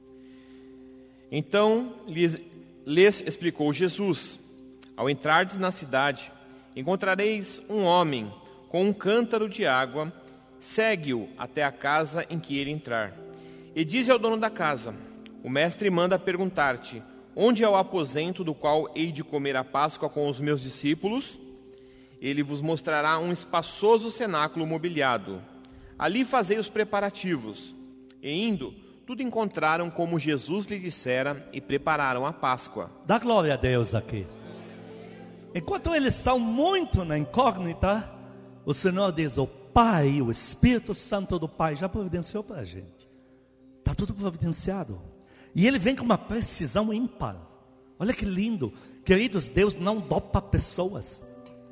Então lhes, lhes explicou Jesus: ao entrardes na cidade, encontrareis um homem com um cântaro de água, segue-o até a casa em que ele entrar. E diz ao dono da casa: o mestre manda perguntar-te, onde é o aposento do qual hei de comer a Páscoa com os meus discípulos? Ele vos mostrará um espaçoso cenáculo mobiliado. Ali fazei os preparativos. E indo, tudo encontraram como Jesus lhe dissera e prepararam a Páscoa. Dá glória a Deus aqui. Enquanto eles estão muito na incógnita, o Senhor diz: o Pai, o Espírito Santo do Pai já providenciou para a gente. Está tudo providenciado. E Ele vem com uma precisão ímpar. Olha que lindo. Queridos, Deus não dopa pessoas.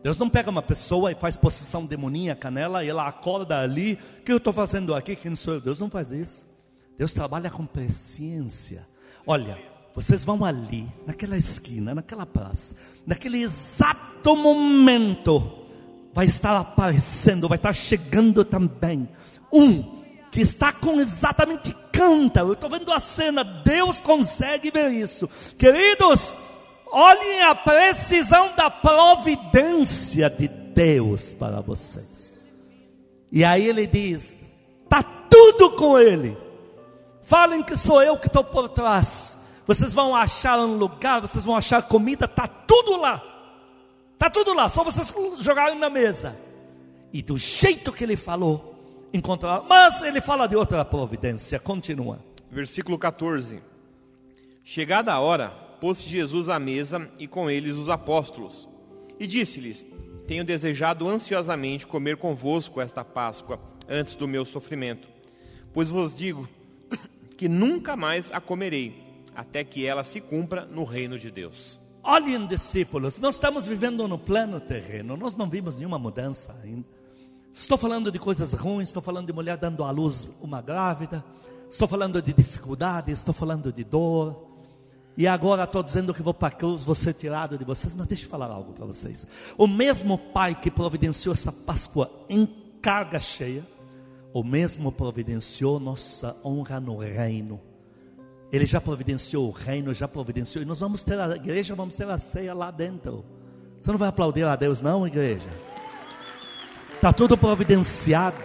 Deus não pega uma pessoa e faz possessão demoníaca nela e ela acorda ali. O que eu estou fazendo aqui? Quem sou eu? Deus não faz isso. Deus trabalha com presciência. Olha, vocês vão ali, naquela esquina, naquela praça, naquele exato momento, vai estar aparecendo, vai estar chegando também um que está com exatamente cântaro. Eu estou vendo a cena, Deus consegue ver isso. Queridos, olhem a precisão da providência de Deus para vocês. E aí ele diz, está tudo com ele. Falem que sou eu que estou por trás. Vocês vão achar um lugar, vocês vão achar comida, está tudo lá. Está tudo lá, só vocês jogarem na mesa. E do jeito que ele falou, encontrar. Mas ele fala de outra providência, continua. Versículo quatorze. Chegada a hora, pôs-se Jesus à mesa e com eles os apóstolos. E disse-lhes, tenho desejado ansiosamente comer convosco esta Páscoa, antes do meu sofrimento. Pois vos digo que nunca mais a comerei, até que ela se cumpra no reino de Deus. Olhem, discípulos, nós estamos vivendo no plano terreno, nós não vimos nenhuma mudança ainda. Estou falando de coisas ruins, estou falando de mulher dando à luz uma grávida, estou falando de dificuldades, estou falando de dor. E agora estou dizendo que vou para a cruz, vou ser tirado de vocês. Mas deixa eu falar algo para vocês. O mesmo Pai que providenciou essa Páscoa em carga cheia, o mesmo providenciou nossa honra no reino. Ele já providenciou o reino, já providenciou. E nós vamos ter a igreja, vamos ter a ceia lá dentro. Você não vai aplaudir a Deus não, igreja? Está tudo providenciado.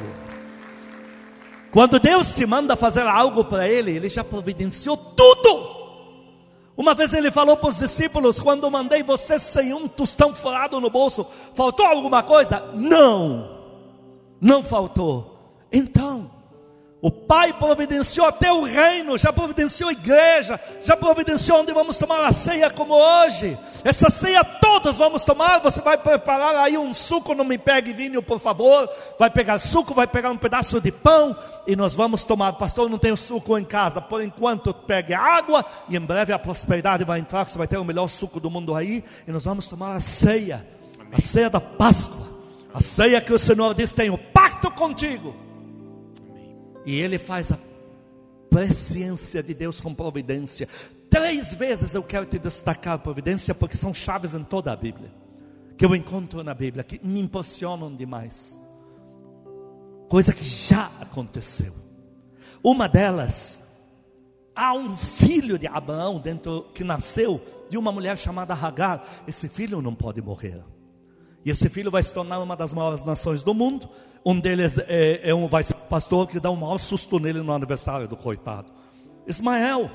Quando Deus te manda fazer algo para Ele, Ele já providenciou tudo. Uma vez Ele falou para os discípulos, quando mandei vocês sem um tostão furado no bolso, faltou alguma coisa? Não, não faltou. Então, o Pai providenciou até o reino, já providenciou a igreja, já providenciou onde vamos tomar a ceia como hoje. Essa ceia todos vamos tomar. Você vai preparar aí um suco, não me pegue vinho por favor. Vai pegar suco, vai pegar um pedaço de pão e nós vamos tomar. Pastor, não tenho suco em casa. Por enquanto pegue água e em breve a prosperidade vai entrar, que você vai ter o melhor suco do mundo aí. E nós vamos tomar a ceia. Amém. A ceia da Páscoa. A ceia que o Senhor diz, tenho pacto contigo. E ele faz a presciência de Deus com providência. Três vezes eu quero te destacar a providência, porque são chaves em toda a Bíblia, que eu encontro na Bíblia, que me impressionam demais. Coisa que já aconteceu. Uma delas, há um filho de Abraão dentro, que nasceu de uma mulher chamada Agar. Esse filho não pode morrer. E esse filho vai se tornar uma das maiores nações do mundo. Um deles é, é um, vai ser um pastor que dá um maior susto nele no aniversário do coitado, Ismael.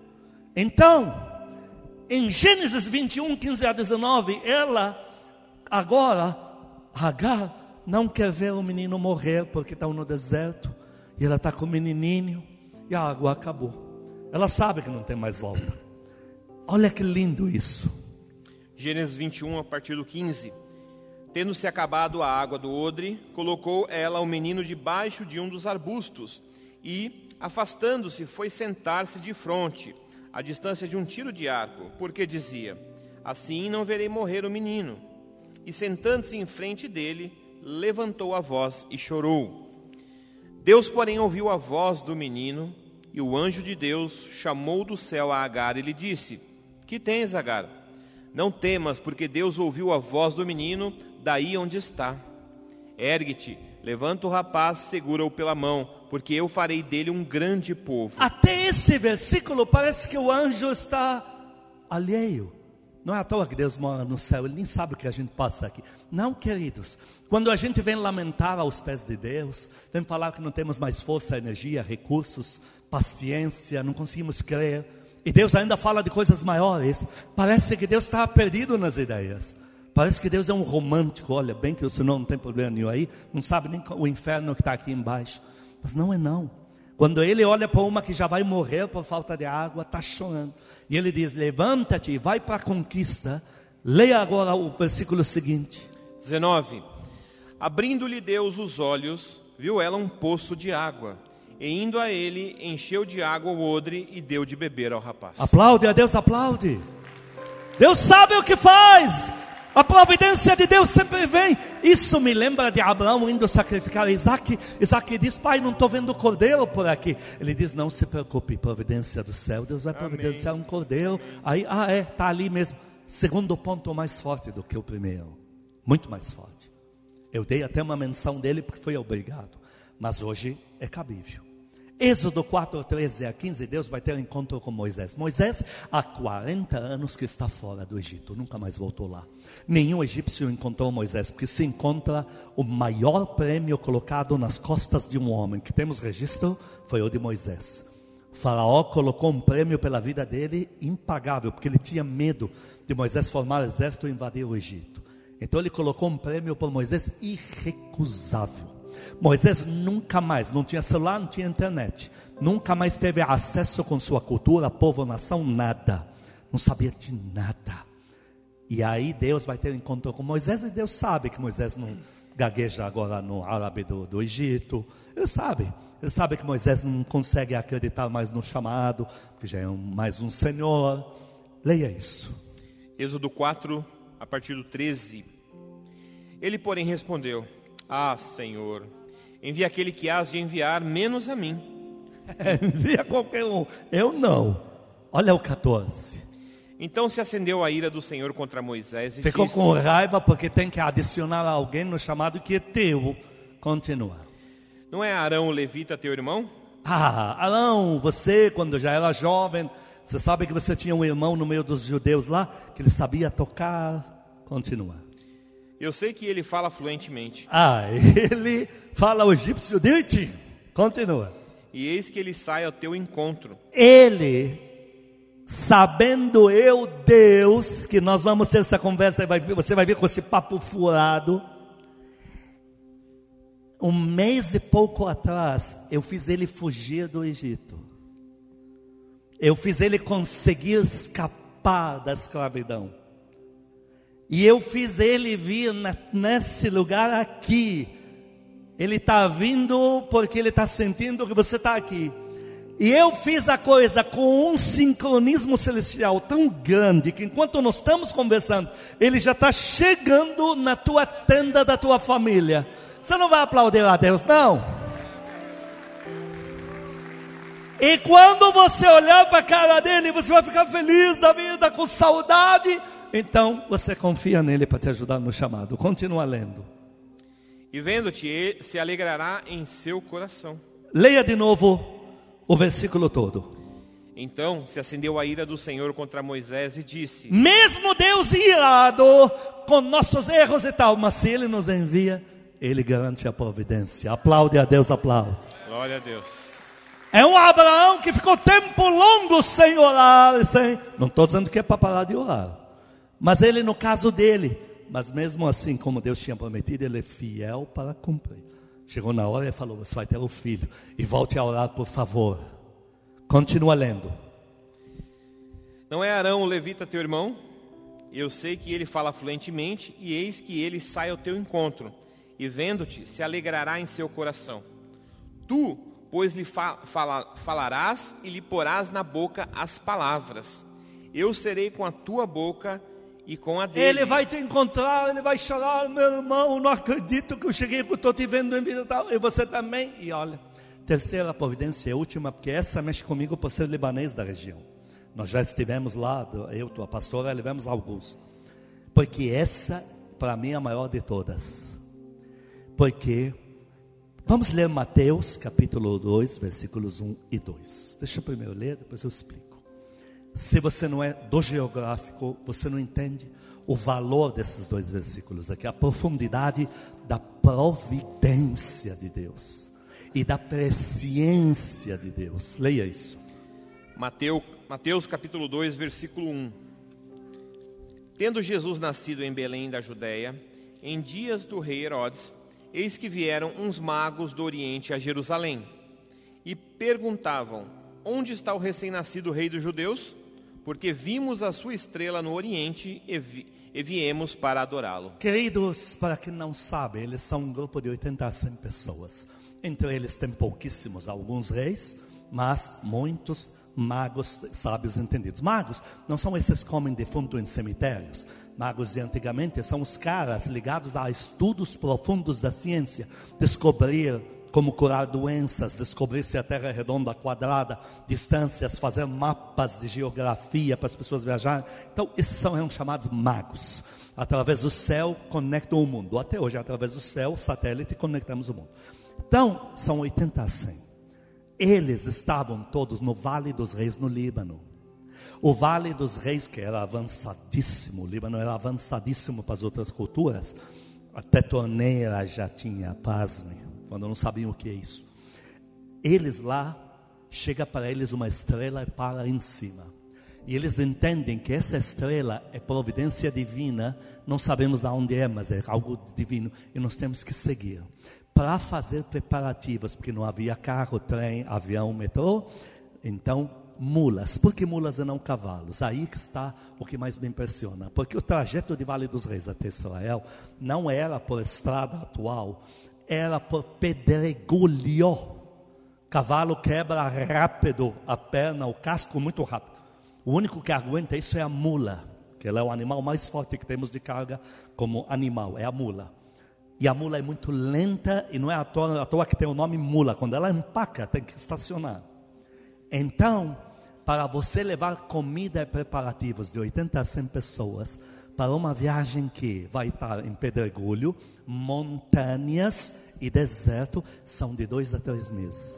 Então, em Gênesis vinte e um, quinze a dezenove, ela, agora, Agar, não quer ver o menino morrer, porque está no deserto, e ela está com o menininho, e a água acabou. Ela sabe que não tem mais volta. Olha que lindo isso. Gênesis vinte e um, a partir do quinze. Tendo-se acabado a água do odre, colocou ela o menino debaixo de um dos arbustos, e, afastando-se, foi sentar-se de fronte, à distância de um tiro de arco, porque dizia, assim não verei morrer o menino. E sentando-se em frente dele, levantou a voz e chorou. Deus, porém, ouviu a voz do menino, e o anjo de Deus chamou do céu a Agar e lhe disse, que tens, Agar? Não temas, porque Deus ouviu a voz do menino, daí onde está. Ergue-te, levanta o rapaz, segura-o pela mão, porque eu farei dele um grande povo. Até esse versículo parece que o anjo está alheio. Não é à toa que Deus mora no céu, Ele nem sabe o que a gente passa aqui. Não, queridos, quando a gente vem lamentar aos pés de Deus, vem falar que não temos mais força, energia, recursos, paciência, não conseguimos crer, e Deus ainda fala de coisas maiores, parece que Deus está perdido nas ideias. Parece que Deus é um romântico. Olha, bem que o Senhor não tem problema nenhum aí, não sabe nem o inferno que está aqui embaixo. Mas não é não. Quando Ele olha para uma que já vai morrer por falta de água, está chorando, e Ele diz, levanta-te e vai para a conquista. Leia agora o versículo seguinte. dezenove. Abrindo-lhe Deus os olhos, viu ela um poço de água, e indo a ele, encheu de água o odre e deu de beber ao rapaz. Aplaude a Deus, aplaude. Deus sabe o que faz. A providência de Deus sempre vem. Isso me lembra de Abraão indo sacrificar Isaac. Isaac diz: pai, não estou vendo cordeiro por aqui. Ele diz: não se preocupe, providência do céu, Deus vai providenciar um cordeiro. Aí, ah é, está ali mesmo. Segundo ponto mais forte do que o primeiro. Muito mais forte. Eu dei até uma menção dele porque foi obrigado. Mas hoje é cabível. Êxodo quatro, treze a quinze, Deus vai ter um encontro com Moisés. Moisés, há quarenta anos que está fora do Egito, nunca mais voltou lá. Nenhum egípcio encontrou Moisés, porque se encontra o maior prêmio colocado nas costas de um homem, que temos registro, foi o de Moisés. O faraó colocou um prêmio pela vida dele impagável, porque ele tinha medo de Moisés formar exército e invadir o Egito. Então ele colocou um prêmio por Moisés irrecusável. Moisés nunca mais, não tinha celular, não tinha internet, nunca mais teve acesso com sua cultura, povo, nação, nada, não sabia de nada. E aí Deus vai ter um encontro com Moisés, e Deus sabe que Moisés não gagueja agora no árabe do, do Egito, ele sabe, ele sabe que Moisés não consegue acreditar mais no chamado, porque já é um, mais um senhor. Leia isso. Êxodo quatro, a partir do treze. Ele, porém, respondeu: ah, Senhor, envia aquele que has de enviar, menos a mim. Envia qualquer um, eu não. Olha o quatorze. Então se acendeu a ira do Senhor contra Moisés e ficou disse, com raiva porque tem que adicionar alguém no chamado que é teu. Continua. não é Arão o levita teu irmão? Ah, Arão, você quando já era jovem, você sabe que você tinha um irmão no meio dos judeus lá, que ele sabia tocar. Continua. Eu sei que ele fala fluentemente. Ah, ele fala o egípcio direitinho. Continua. E eis que ele sai ao teu encontro. Ele, sabendo eu, Deus, que nós vamos ter essa conversa, você vai vir com esse papo furado. Um mês e pouco atrás, eu fiz ele fugir do Egito. Eu fiz ele conseguir escapar da escravidão. E eu fiz ele vir na, nesse lugar aqui. Ele está vindo porque ele está sentindo que você está aqui. E eu fiz a coisa com um sincronismo celestial tão grande, que enquanto nós estamos conversando, ele já está chegando na tua tenda da tua família. Você não vai aplaudir a Deus, não? E quando você olhar para a cara dele, você vai ficar feliz da vida, com saudade. Então você confia nele para te ajudar no chamado. Continua lendo. E vendo-te, ele se alegrará em seu coração. Leia de novo o versículo todo. Então se acendeu a ira do Senhor contra Moisés e disse: mesmo Deus irado com nossos erros e tal, mas se Ele nos envia, Ele garante a providência. Aplaude a Deus, aplaude. Glória a Deus. É um Abraão que ficou tempo longo sem orar, sem... não estou dizendo que é para parar de orar, mas ele, no caso dele, mas mesmo assim, como Deus tinha prometido, ele é fiel para cumprir. Chegou na hora e falou: você vai ter o filho, e volte a orar, por favor. Continua lendo. Não é Arão o levita teu irmão? Eu sei que ele fala fluentemente, e eis que ele sai ao teu encontro, e vendo-te, se alegrará em seu coração. Tu, pois lhe fa fala falarás e lhe porás na boca as palavras. Eu serei com a tua boca e com a dele. Ele vai te encontrar, ele vai chorar: meu irmão, não acredito que eu cheguei, que eu estou te vendo em vida tal. E você também. E olha, terceira providência, última, porque essa mexe comigo por ser libanês da região. Nós já estivemos lá, eu, tua pastora, levamos alguns. Porque essa, para mim, é a maior de todas. Porque, vamos ler Mateus capítulo dois, versículos um e dois. Deixa eu primeiro ler, depois eu explico. Se você não é do geográfico, você não entende o valor desses dois versículos aqui, a profundidade da providência de Deus e da presciência de Deus. Leia isso. Mateus, Mateus capítulo dois, versículo um. Tendo Jesus nascido em Belém da Judéia, em dias do rei Herodes, eis que vieram uns magos do Oriente a Jerusalém e perguntavam: onde está o recém-nascido rei dos judeus? Porque vimos a sua estrela no Oriente e, vi, e viemos para adorá-lo. Queridos, para quem não sabe, eles são um grupo de oitenta a cem pessoas. Entre eles tem pouquíssimos, alguns reis, mas muitos magos, sábios entendidos. Magos não são esses que comem defunto em cemitérios. Magos de antigamente são os caras ligados a estudos profundos da ciência, descobrir como curar doenças, descobrir se a Terra é redonda, quadrada, distâncias, fazer mapas de geografia para as pessoas viajarem. Então, esses são, são chamados magos. Através do céu, conectam o mundo. Até hoje, através do céu, satélite, conectamos o mundo. Então, são oitenta a cem. Eles estavam todos no Vale dos Reis, no Líbano. O Vale dos Reis, que era avançadíssimo, o Líbano era avançadíssimo para as outras culturas. Até torneira já tinha, pasme, quando não sabiam o que é isso. Eles lá, chega para eles uma estrela e para em cima. E eles entendem que essa estrela é providência divina. Não sabemos de onde é, mas é algo divino. E nós temos que seguir. Para fazer preparativos, porque não havia carro, trem, avião, metrô. Então, mulas. Por que mulas e não cavalos? Aí que está o que mais me impressiona. Porque o trajeto de Vale dos Reis até Israel não era por estrada atual, era por pedregulho. Cavalo quebra rápido a perna, o casco muito rápido. O único que aguenta isso é a mula, que ela é o animal mais forte que temos de carga como animal, é a mula. E a mula é muito lenta e não é à toa, à toa que tem o nome mula. Quando ela empaca, tem que estacionar. Então, para você levar comida e preparativos de oitenta a cem pessoas para uma viagem que vai estar em pedregulho, montanhas e deserto, são de dois a três meses.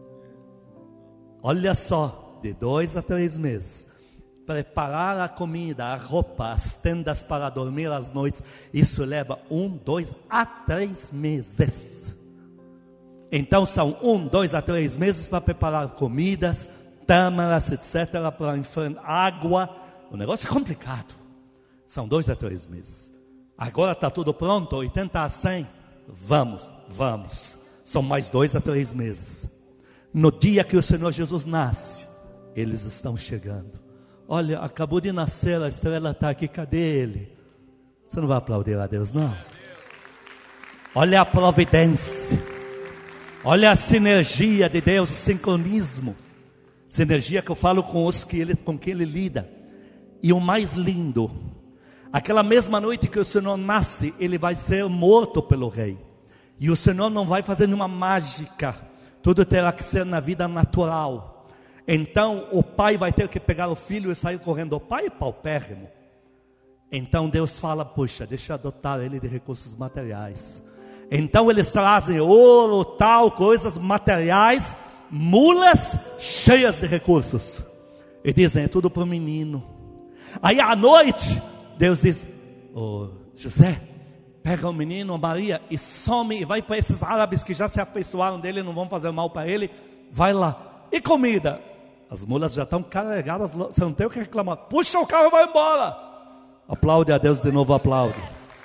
Olha só, de dois a três meses. Preparar a comida, a roupa, as tendas para dormir às noites, isso leva um, dois a três meses. Então são um, dois a três meses para preparar comidas, tâmaras, etcétera, para enfrentar água. O negócio é complicado. São dois a três meses. Agora está tudo pronto, oitenta a cem. Vamos, vamos. São mais dois a três meses. No dia que o Senhor Jesus nasce, eles estão chegando. Olha, acabou de nascer, a estrela está aqui, cadê ele? Você não vai aplaudir a Deus, não? Olha a providência. Olha a sinergia de Deus, o sincronismo. Sinergia que eu falo com os que ele, com quem ele lida. E o mais lindo, aquela mesma noite que o Senhor nasce, ele vai ser morto pelo rei. E o Senhor não vai fazer nenhuma mágica. Tudo terá que ser na vida natural. Então o pai vai ter que pegar o filho e sair correndo. O pai é paupérrimo. Então Deus fala, puxa, deixa eu adotar ele de recursos materiais. Então eles trazem ouro, tal, coisas materiais, mulas cheias de recursos. E dizem, é tudo para o menino. Aí à noite, Deus diz, oh, José, pega o menino, Maria, e some, e vai para esses árabes que já se afeiçoaram dele, não vão fazer mal para ele. Vai lá. E comida? As mulas já estão carregadas, você não tem o que reclamar. Puxa o carro e vai embora. Aplaude a Deus de novo, aplaude.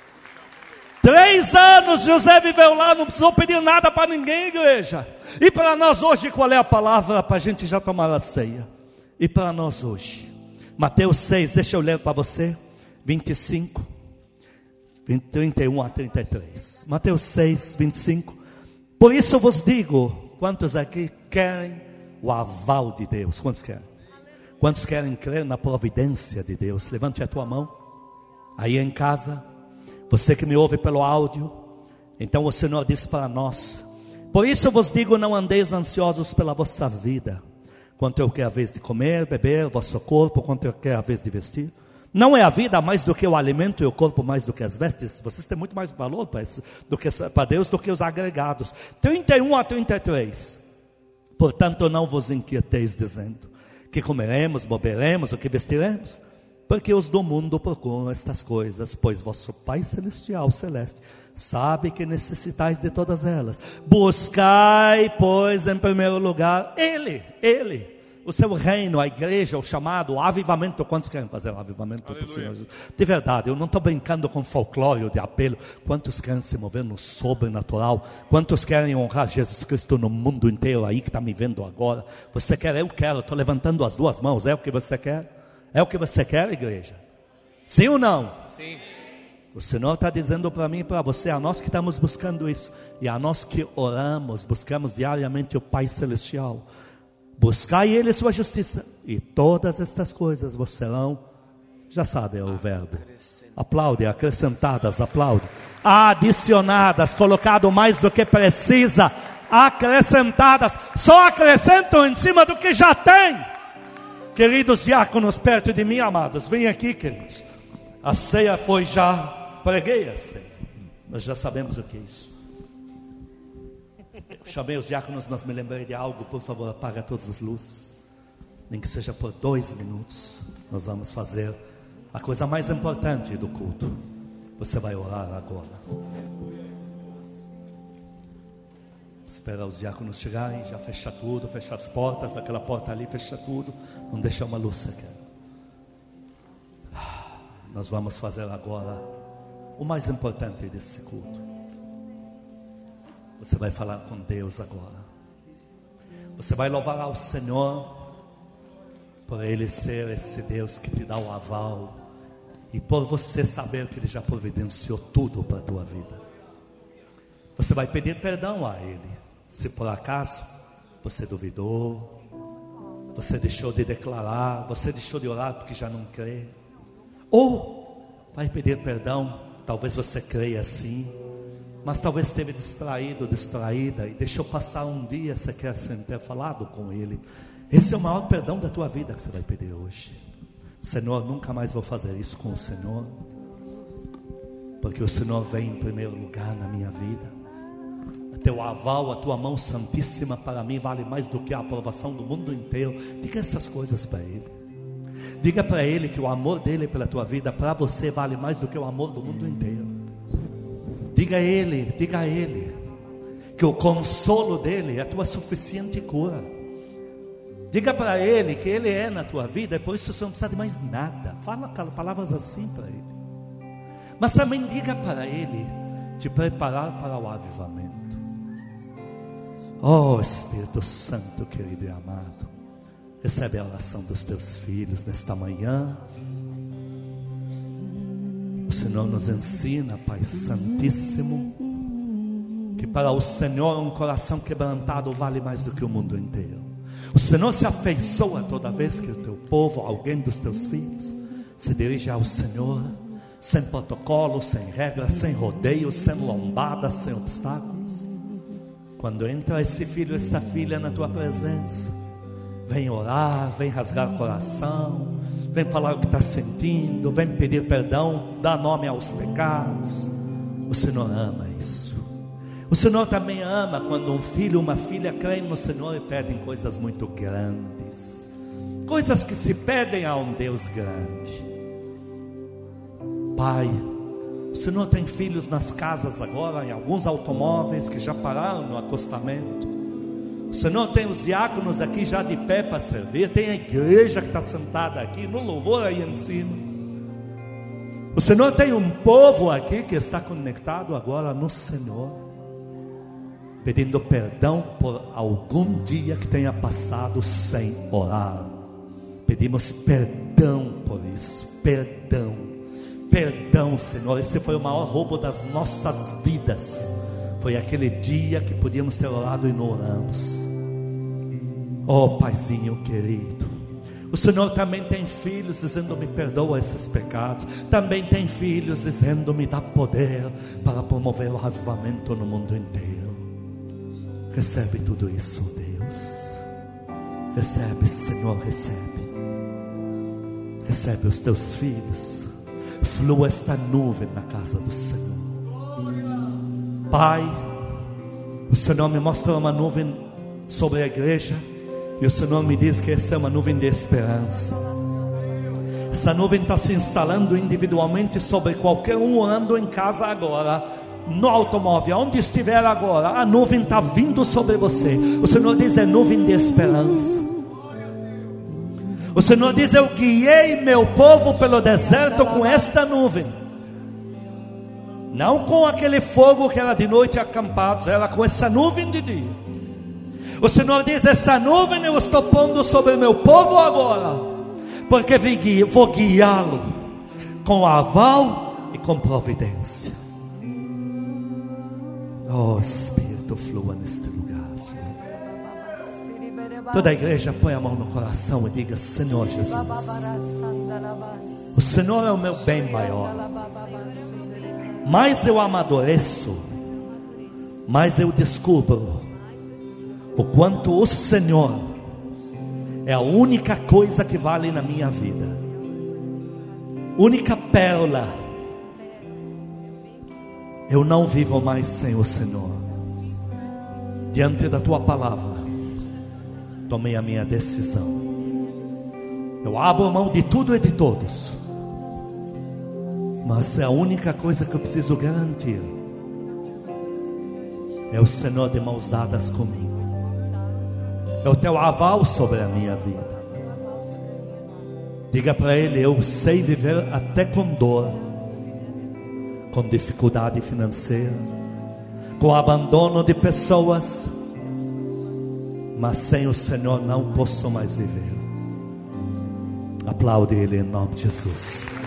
Três anos José viveu lá, não precisou pedir nada para ninguém, igreja. E para nós hoje, qual é a palavra para a gente já tomar a ceia? E para nós hoje, Mateus seis, deixa eu ler para você, vinte e cinco, trinta e um a trinta e três. Mateus seis, vinte e cinco. Por isso vos digo, quantos aqui querem o aval de Deus? Quantos querem? Quantos querem crer na providência de Deus? Levante a tua mão. Aí em casa, você que me ouve pelo áudio, então o Senhor diz para nós: por isso vos digo, não andeis ansiosos pela vossa vida, quanto eu quero a vez de comer, beber, vosso corpo, quanto eu quero a vez de vestir. Não é a vida mais do que o alimento e o corpo mais do que as vestes? Vocês têm muito mais valor para, isso, do que, para Deus do que os agregados. trinta e um a trinta e três. Portanto não vos inquieteis dizendo, que comeremos, beberemos, o que vestiremos? Porque os do mundo procuram estas coisas, pois vosso Pai Celestial, Celeste, sabe que necessitais de todas elas. Buscai, pois, em primeiro lugar, Ele, Ele, o seu reino, a igreja, o chamado, o avivamento. Quantos querem fazer um avivamento para o Senhor Jesus? De verdade, eu não estou brincando com folclore ou de apelo. Quantos querem se mover no sobrenatural? Quantos querem honrar Jesus Cristo no mundo inteiro aí que está me vendo agora? Você quer? Eu quero, estou levantando as duas mãos. É o que você quer? É o que você quer, igreja? Sim ou não? Sim. O Senhor está dizendo para mim e para você, a nós que estamos buscando isso, e a nós que oramos, buscamos diariamente o Pai Celestial. Buscai ele sua justiça, e todas estas coisas vos serão, já sabe é o verbo, aplaude, acrescentadas, aplaude, adicionadas, colocado mais do que precisa, acrescentadas, só acrescentam em cima do que já tem. Queridos diáconos perto de mim, amados, vem aqui, queridos. A ceia foi já, preguei a ceia, nós já sabemos o que é isso. Eu chamei os diáconos, mas me lembrei de algo. Por favor, apaga todas as luzes, nem que seja por dois minutos. Nós vamos fazer a coisa mais importante do culto. Você vai orar agora. Espera os diáconos chegarem, já fecha tudo, fecha as portas, daquela porta ali, fecha tudo, não deixa uma luz sequer. Nós vamos fazer agora o mais importante desse culto. Você vai falar com Deus agora. Você vai louvar ao Senhor por Ele ser esse Deus que te dá o aval, e por você saber que Ele já providenciou tudo para a tua vida. Você vai pedir perdão a Ele, se por acaso você duvidou, você deixou de declarar, você deixou de orar porque já não crê, ou vai pedir perdão, talvez você creia assim, mas talvez esteve distraído, distraída, e deixou passar um dia sequer sem ter falado com Ele. Esse é o maior perdão da tua vida que você vai pedir hoje. Senhor, nunca mais vou fazer isso com o Senhor, porque o Senhor vem em primeiro lugar na minha vida. O teu aval, a tua mão santíssima para mim vale mais do que a aprovação do mundo inteiro. Diga essas coisas para Ele. Diga para Ele que o amor dEle pela tua vida, para você, vale mais do que o amor do mundo inteiro. Diga a Ele, diga a Ele que o consolo dEle é a tua suficiente cura. Diga para Ele que Ele é na tua vida, e por isso você não precisa de mais nada. Fala palavras assim para Ele. Mas também diga para Ele te preparar para o avivamento. Oh Espírito Santo, querido e amado, recebe a oração dos teus filhos nesta manhã. O Senhor nos ensina, Pai Santíssimo, que para o Senhor um coração quebrantado vale mais do que o mundo inteiro. O Senhor se afeiçoa toda vez que o teu povo, alguém dos teus filhos, se dirige ao Senhor, sem protocolo, sem regras, sem rodeios, sem lombadas, sem obstáculos. Quando entra esse filho, essa filha na tua presença, vem orar, vem rasgar o coração, vem falar o que está sentindo, vem pedir perdão, dar nome aos pecados. O Senhor ama isso. O Senhor também ama quando um filho, uma filha creem no Senhor e pedem coisas muito grandes, coisas que se pedem a um Deus grande. Pai, o Senhor tem filhos nas casas agora, em alguns automóveis que já pararam no acostamento. O Senhor tem os diáconos aqui já de pé para servir. Tem a igreja que está sentada aqui no louvor aí em cima. O Senhor tem um povo aqui que está conectado agora no Senhor, pedindo perdão por algum dia que tenha passado sem orar. Pedimos perdão por isso. Perdão, perdão, Senhor. Esse foi o maior roubo das nossas vidas. Foi aquele dia que podíamos ter orado e não oramos. Oh Paizinho querido, o Senhor também tem filhos dizendo: me perdoa esses pecados. Também tem filhos dizendo: me dá poder para promover o avivamento no mundo inteiro. Recebe tudo isso, Deus. Recebe, Senhor, recebe. Recebe os teus filhos. Flua esta nuvem na casa do Senhor. Pai, o Senhor me mostra uma nuvem sobre a igreja, e o Senhor me diz que essa é uma nuvem de esperança. Essa nuvem está se instalando individualmente sobre qualquer um orando em casa agora, no automóvel, onde estiver agora. A nuvem está vindo sobre você. O Senhor diz: é nuvem de esperança. O Senhor diz: eu guiei meu povo pelo deserto com esta nuvem. Não com aquele fogo que era de noite acampados, era com essa nuvem de dia. O Senhor diz: essa nuvem eu estou pondo sobre o meu povo agora, porque vou guiá-lo com aval e com providência. Oh Espírito, flua neste lugar, flua. Toda a igreja põe a mão no coração e diga: Senhor Jesus, o Senhor é o meu bem maior. Mais eu amadureço, mais eu descubro o quanto o Senhor é a única coisa que vale na minha vida, única pérola. Eu não vivo mais sem o Senhor. Diante da tua palavra, tomei a minha decisão. Eu abro mão de tudo e de todos, mas a única coisa que eu preciso garantir é o Senhor de mãos dadas comigo, é o teu aval sobre a minha vida. Diga para Ele: eu sei viver até com dor, com dificuldade financeira, com abandono de pessoas, mas sem o Senhor não posso mais viver. Aplaude Ele em nome de Jesus.